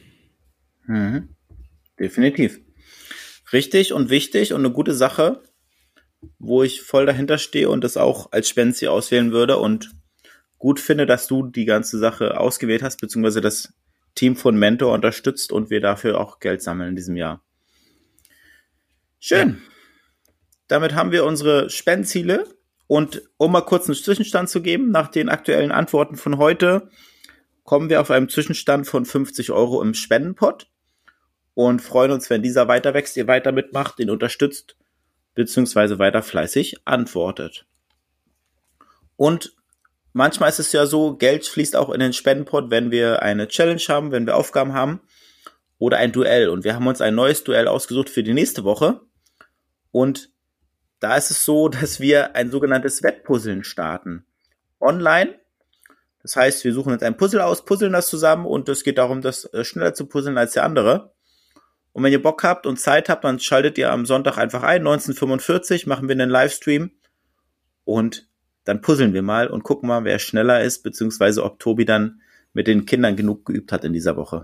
Definitiv. Richtig und wichtig und eine gute Sache, wo ich voll dahinter stehe und das auch als Spendenziel auswählen würde und gut finde, dass du die ganze Sache ausgewählt hast, beziehungsweise das Team von Mentor unterstützt und wir dafür auch Geld sammeln in diesem Jahr. Schön. Ja. Damit haben wir unsere Spendenziele und um mal kurz einen Zwischenstand zu geben, nach den aktuellen Antworten von heute, kommen wir auf einen Zwischenstand von 50 € im Spendenpot und freuen uns, wenn dieser weiter wächst, ihr weiter mitmacht, den unterstützt, beziehungsweise weiter fleißig antwortet. Und manchmal ist es ja so, Geld fließt auch in den Spendenpot, wenn wir eine Challenge haben, wenn wir Aufgaben haben oder ein Duell. Und wir haben uns ein neues Duell ausgesucht für die nächste Woche. Und da ist es so, dass wir ein sogenanntes Wettpuzzeln starten. Online. Das heißt, wir suchen uns ein Puzzle aus, puzzeln das zusammen und es geht darum, das schneller zu puzzeln als der andere. Und wenn ihr Bock habt und Zeit habt, dann schaltet ihr am Sonntag einfach ein, 19:45, machen wir einen Livestream und dann puzzeln wir mal und gucken mal, wer schneller ist, beziehungsweise ob Tobi dann mit den Kindern genug geübt hat in dieser Woche.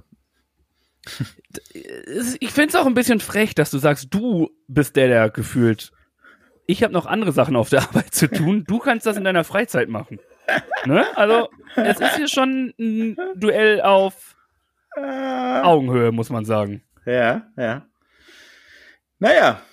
Ich find's auch ein bisschen frech, dass du sagst, du bist der gefühlt, ich habe noch andere Sachen auf der Arbeit zu tun, du kannst das in deiner Freizeit machen. Ne? Also, es ist hier schon ein Duell auf Augenhöhe, muss man sagen. Ja. Naja,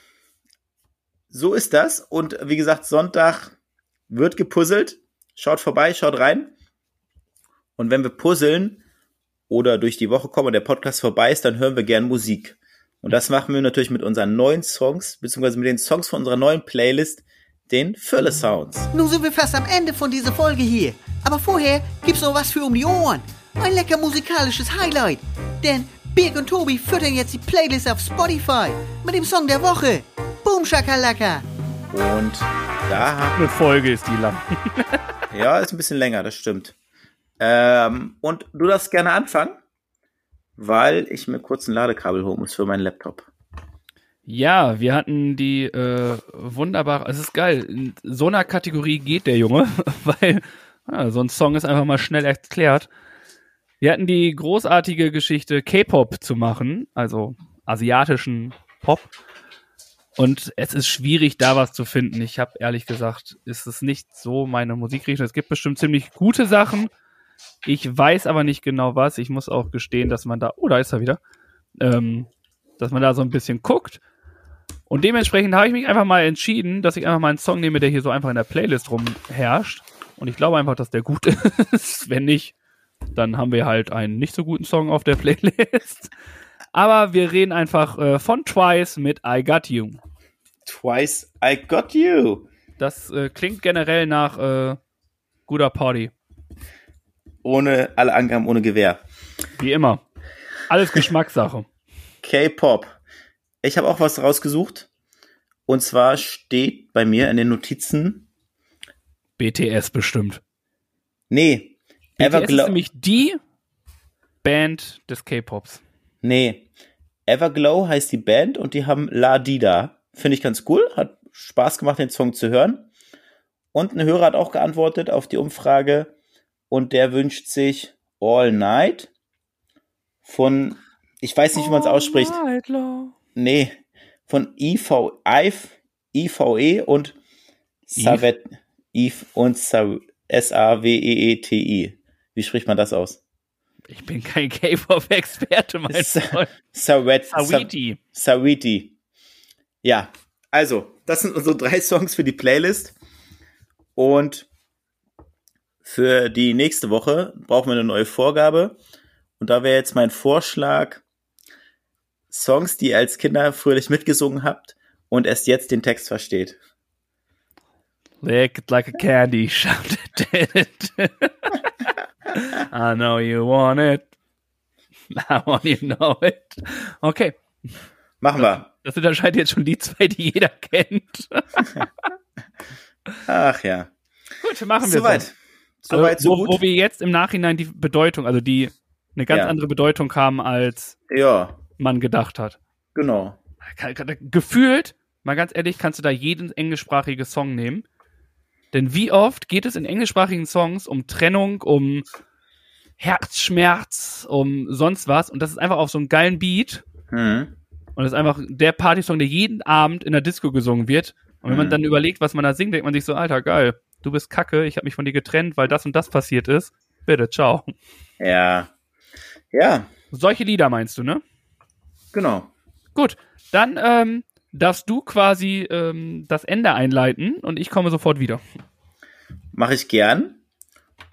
so ist das. Und wie gesagt, Sonntag wird gepuzzelt. Schaut vorbei, schaut rein. Und wenn wir puzzeln oder durch die Woche kommen und der Podcast vorbei ist, dann hören wir gern Musik. Und das machen wir natürlich mit unseren neuen Songs, beziehungsweise mit den Songs von unserer neuen Playlist, den Firle Sounds. Nun sind wir fast am Ende von dieser Folge hier. Aber vorher gibt's noch was für um die Ohren. Ein lecker musikalisches Highlight. Denn Birk und Tobi füttern jetzt die Playlist auf Spotify mit dem Song der Woche. Boom Shakalaka. Und da haben Eine Folge ist die lang. ja, ist ein bisschen länger, das stimmt. Und du darfst gerne anfangen, weil ich mir kurz ein Ladekabel holen muss für meinen Laptop. Ja, wir hatten die wunderbare, es ist geil, in so einer Kategorie geht der Junge, weil so ein Song ist einfach mal schnell erklärt. Wir hatten die großartige Geschichte, K-Pop zu machen, also asiatischen Pop. Und es ist schwierig, da was zu finden. Ich habe ehrlich gesagt, ist es nicht so meine Musikrichtung. Es gibt bestimmt ziemlich gute Sachen. Ich weiß aber nicht genau was. Ich muss auch gestehen, dass man da, da ist er wieder, dass man da so ein bisschen guckt. Und dementsprechend habe ich mich einfach mal entschieden, dass ich einfach mal einen Song nehme, der hier so einfach in der Playlist rumherrscht. Und ich glaube einfach, dass der gut ist. Wenn nicht, dann haben wir halt einen nicht so guten Song auf der Playlist. Aber wir reden einfach von Twice mit I Got You. Twice I Got You. Das klingt generell nach guter Party. Ohne alle Angaben, ohne Gewehr. Wie immer. Alles Geschmackssache. K-Pop. Ich habe auch was rausgesucht. Und zwar steht bei mir in den Notizen BTS bestimmt. Nee. BTS ist nämlich die Band des K-Pops. Nee. Everglow heißt die Band und die haben La Dida. Finde ich ganz cool. Hat Spaß gemacht, den Song zu hören. Und ein Hörer hat auch geantwortet auf die Umfrage und der wünscht sich All Night von, ich weiß nicht, wie man es ausspricht. Nee, von IVE und Savet Eve und Saweeti. Wie spricht man das aus? Ich bin kein K-Pop-Experte, mein Freund. Saweeti. Ja, also, das sind unsere 3 Songs für die Playlist. Und für die nächste Woche brauchen wir eine neue Vorgabe. Und da wäre jetzt mein Vorschlag, Songs, die ihr als Kinder fröhlich mitgesungen habt und erst jetzt den Text versteht. Lick it like a candy, shout it. I know you want it. I want you to know it. Okay. Machen wir. Das unterscheidet jetzt schon die 2, die jeder kennt. Ach ja. Gut, machen wir Soweit. Soweit, so gut. Wo wir jetzt im Nachhinein die Bedeutung, also die eine ganz andere Bedeutung haben, als man gedacht hat. Genau. Gefühlt, mal ganz ehrlich, kannst du da jeden englischsprachigen Song nehmen. Denn wie oft geht es in englischsprachigen Songs um Trennung, um Herzschmerz, um sonst was. Und das ist einfach auf so einem geilen Beat. Und das ist einfach der Partysong, der jeden Abend in der Disco gesungen wird. Und wenn man dann überlegt, was man da singt, denkt man sich so, Alter, geil, du bist kacke, ich habe mich von dir getrennt, weil das und das passiert ist. Bitte, ciao. Ja. Ja. Solche Lieder meinst du, ne? Genau. Gut, dann darfst du quasi das Ende einleiten und ich komme sofort wieder. Mache ich gern.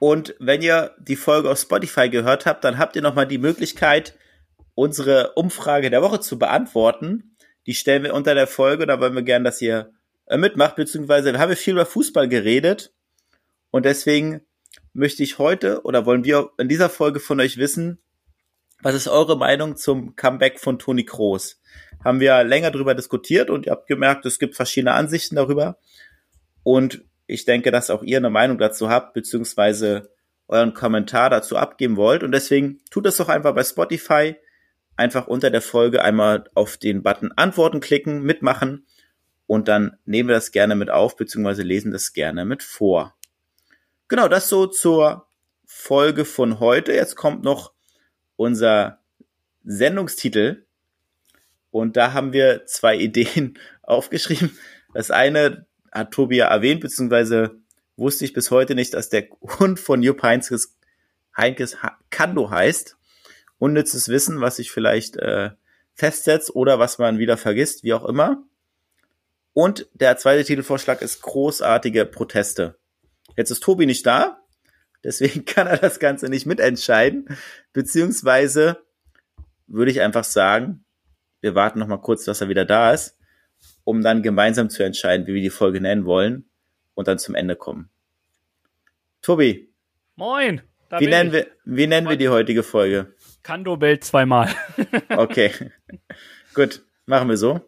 Und wenn ihr die Folge auf Spotify gehört habt, dann habt ihr nochmal die Möglichkeit, unsere Umfrage der Woche zu beantworten. Die stellen wir unter der Folge, da wollen wir gerne, dass ihr mitmacht, beziehungsweise wir haben viel über Fußball geredet und deswegen möchte ich heute oder wollen wir in dieser Folge von euch wissen, was ist eure Meinung zum Comeback von Toni Kroos? Haben wir länger darüber diskutiert und ihr habt gemerkt, es gibt verschiedene Ansichten darüber und ich denke, dass auch ihr eine Meinung dazu habt, beziehungsweise euren Kommentar dazu abgeben wollt und deswegen tut es doch einfach bei Spotify, einfach unter der Folge einmal auf den Button Antworten klicken, mitmachen und dann nehmen wir das gerne mit auf, beziehungsweise lesen das gerne mit vor. Genau, das so zur Folge von heute. Jetzt kommt noch unser Sendungstitel und da haben wir 2 Ideen aufgeschrieben. Das eine hat Tobi ja erwähnt, beziehungsweise wusste ich bis heute nicht, dass der Hund von Jupp Heynckes Kando heißt. Unnützes Wissen, was sich vielleicht festsetzt oder was man wieder vergisst, wie auch immer. Und der zweite Titelvorschlag ist großartige Proteste. Jetzt ist Tobi nicht da, deswegen kann er das Ganze nicht mitentscheiden, beziehungsweise würde ich einfach sagen, wir warten noch mal kurz, dass er wieder da ist, um dann gemeinsam zu entscheiden, wie wir die Folge nennen wollen und dann zum Ende kommen. Tobi. Moin. Wie nennen wir die heutige Folge? Kando bellt 2-mal. Okay. Gut, machen wir so.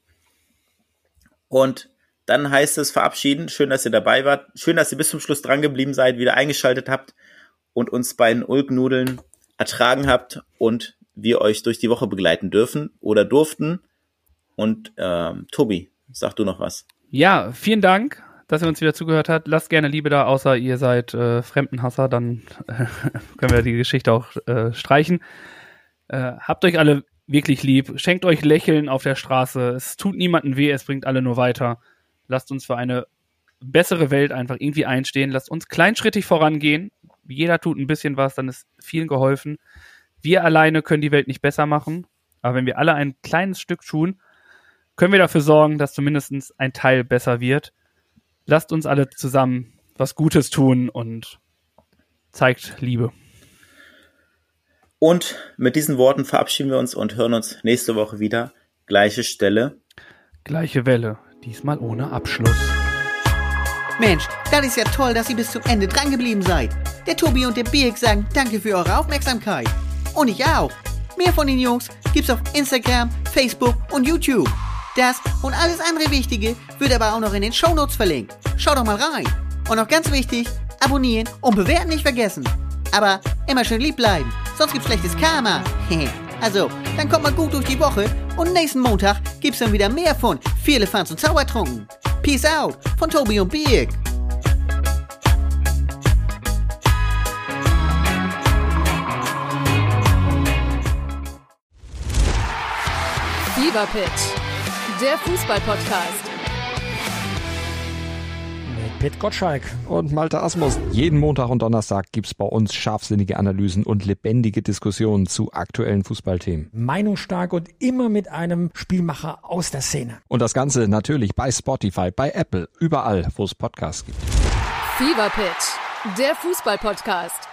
Und dann heißt es verabschieden. Schön, dass ihr dabei wart. Schön, dass ihr bis zum Schluss dran geblieben seid, wieder eingeschaltet habt und uns bei den Ulknudeln ertragen habt und wir euch durch die Woche begleiten dürfen oder durften. Und Tobi, sag du noch was. Ja, vielen Dank, dass ihr uns wieder zugehört habt. Lasst gerne Liebe da, außer ihr seid Fremdenhasser, dann können wir die Geschichte auch streichen. Habt euch alle wirklich lieb. Schenkt euch Lächeln auf der Straße. Es tut niemandem weh, es bringt alle nur weiter. Lasst uns für eine bessere Welt einfach irgendwie einstehen. Lasst uns kleinschrittig vorangehen. Jeder tut ein bisschen was, dann ist vielen geholfen. Wir alleine können die Welt nicht besser machen. Aber wenn wir alle ein kleines Stück tun, können wir dafür sorgen, dass zumindest ein Teil besser wird. Lasst uns alle zusammen was Gutes tun und zeigt Liebe. Und mit diesen Worten verabschieden wir uns und hören uns nächste Woche wieder. Gleiche Stelle. Gleiche Welle, diesmal ohne Abschluss. Mensch, das ist ja toll, dass ihr bis zum Ende dran geblieben seid. Der Tobi und der Birk sagen danke für eure Aufmerksamkeit. Und ich auch. Mehr von den Jungs gibt's auf Instagram, Facebook und YouTube. Das und alles andere Wichtige wird aber auch noch in den Shownotes verlinkt. Schaut doch mal rein. Und noch ganz wichtig, abonnieren und bewerten nicht vergessen. Aber immer schön lieb bleiben, sonst gibt's schlechtes Karma. Also, dann kommt mal gut durch die Woche und nächsten Montag gibt's dann wieder mehr von Firlefanz und Zaubertrunken. Peace out von Tobi und Birk. Fever Pitch, der Fußball-Podcast. Mit Pit Gottschalk und Malte Asmus. Jeden Montag und Donnerstag gibt's bei uns scharfsinnige Analysen und lebendige Diskussionen zu aktuellen Fußballthemen. meinungsstark und immer mit einem Spielmacher aus der Szene. Und das Ganze natürlich bei Spotify, bei Apple, überall, wo es Podcasts gibt. Fever Pitch, der Fußball-Podcast.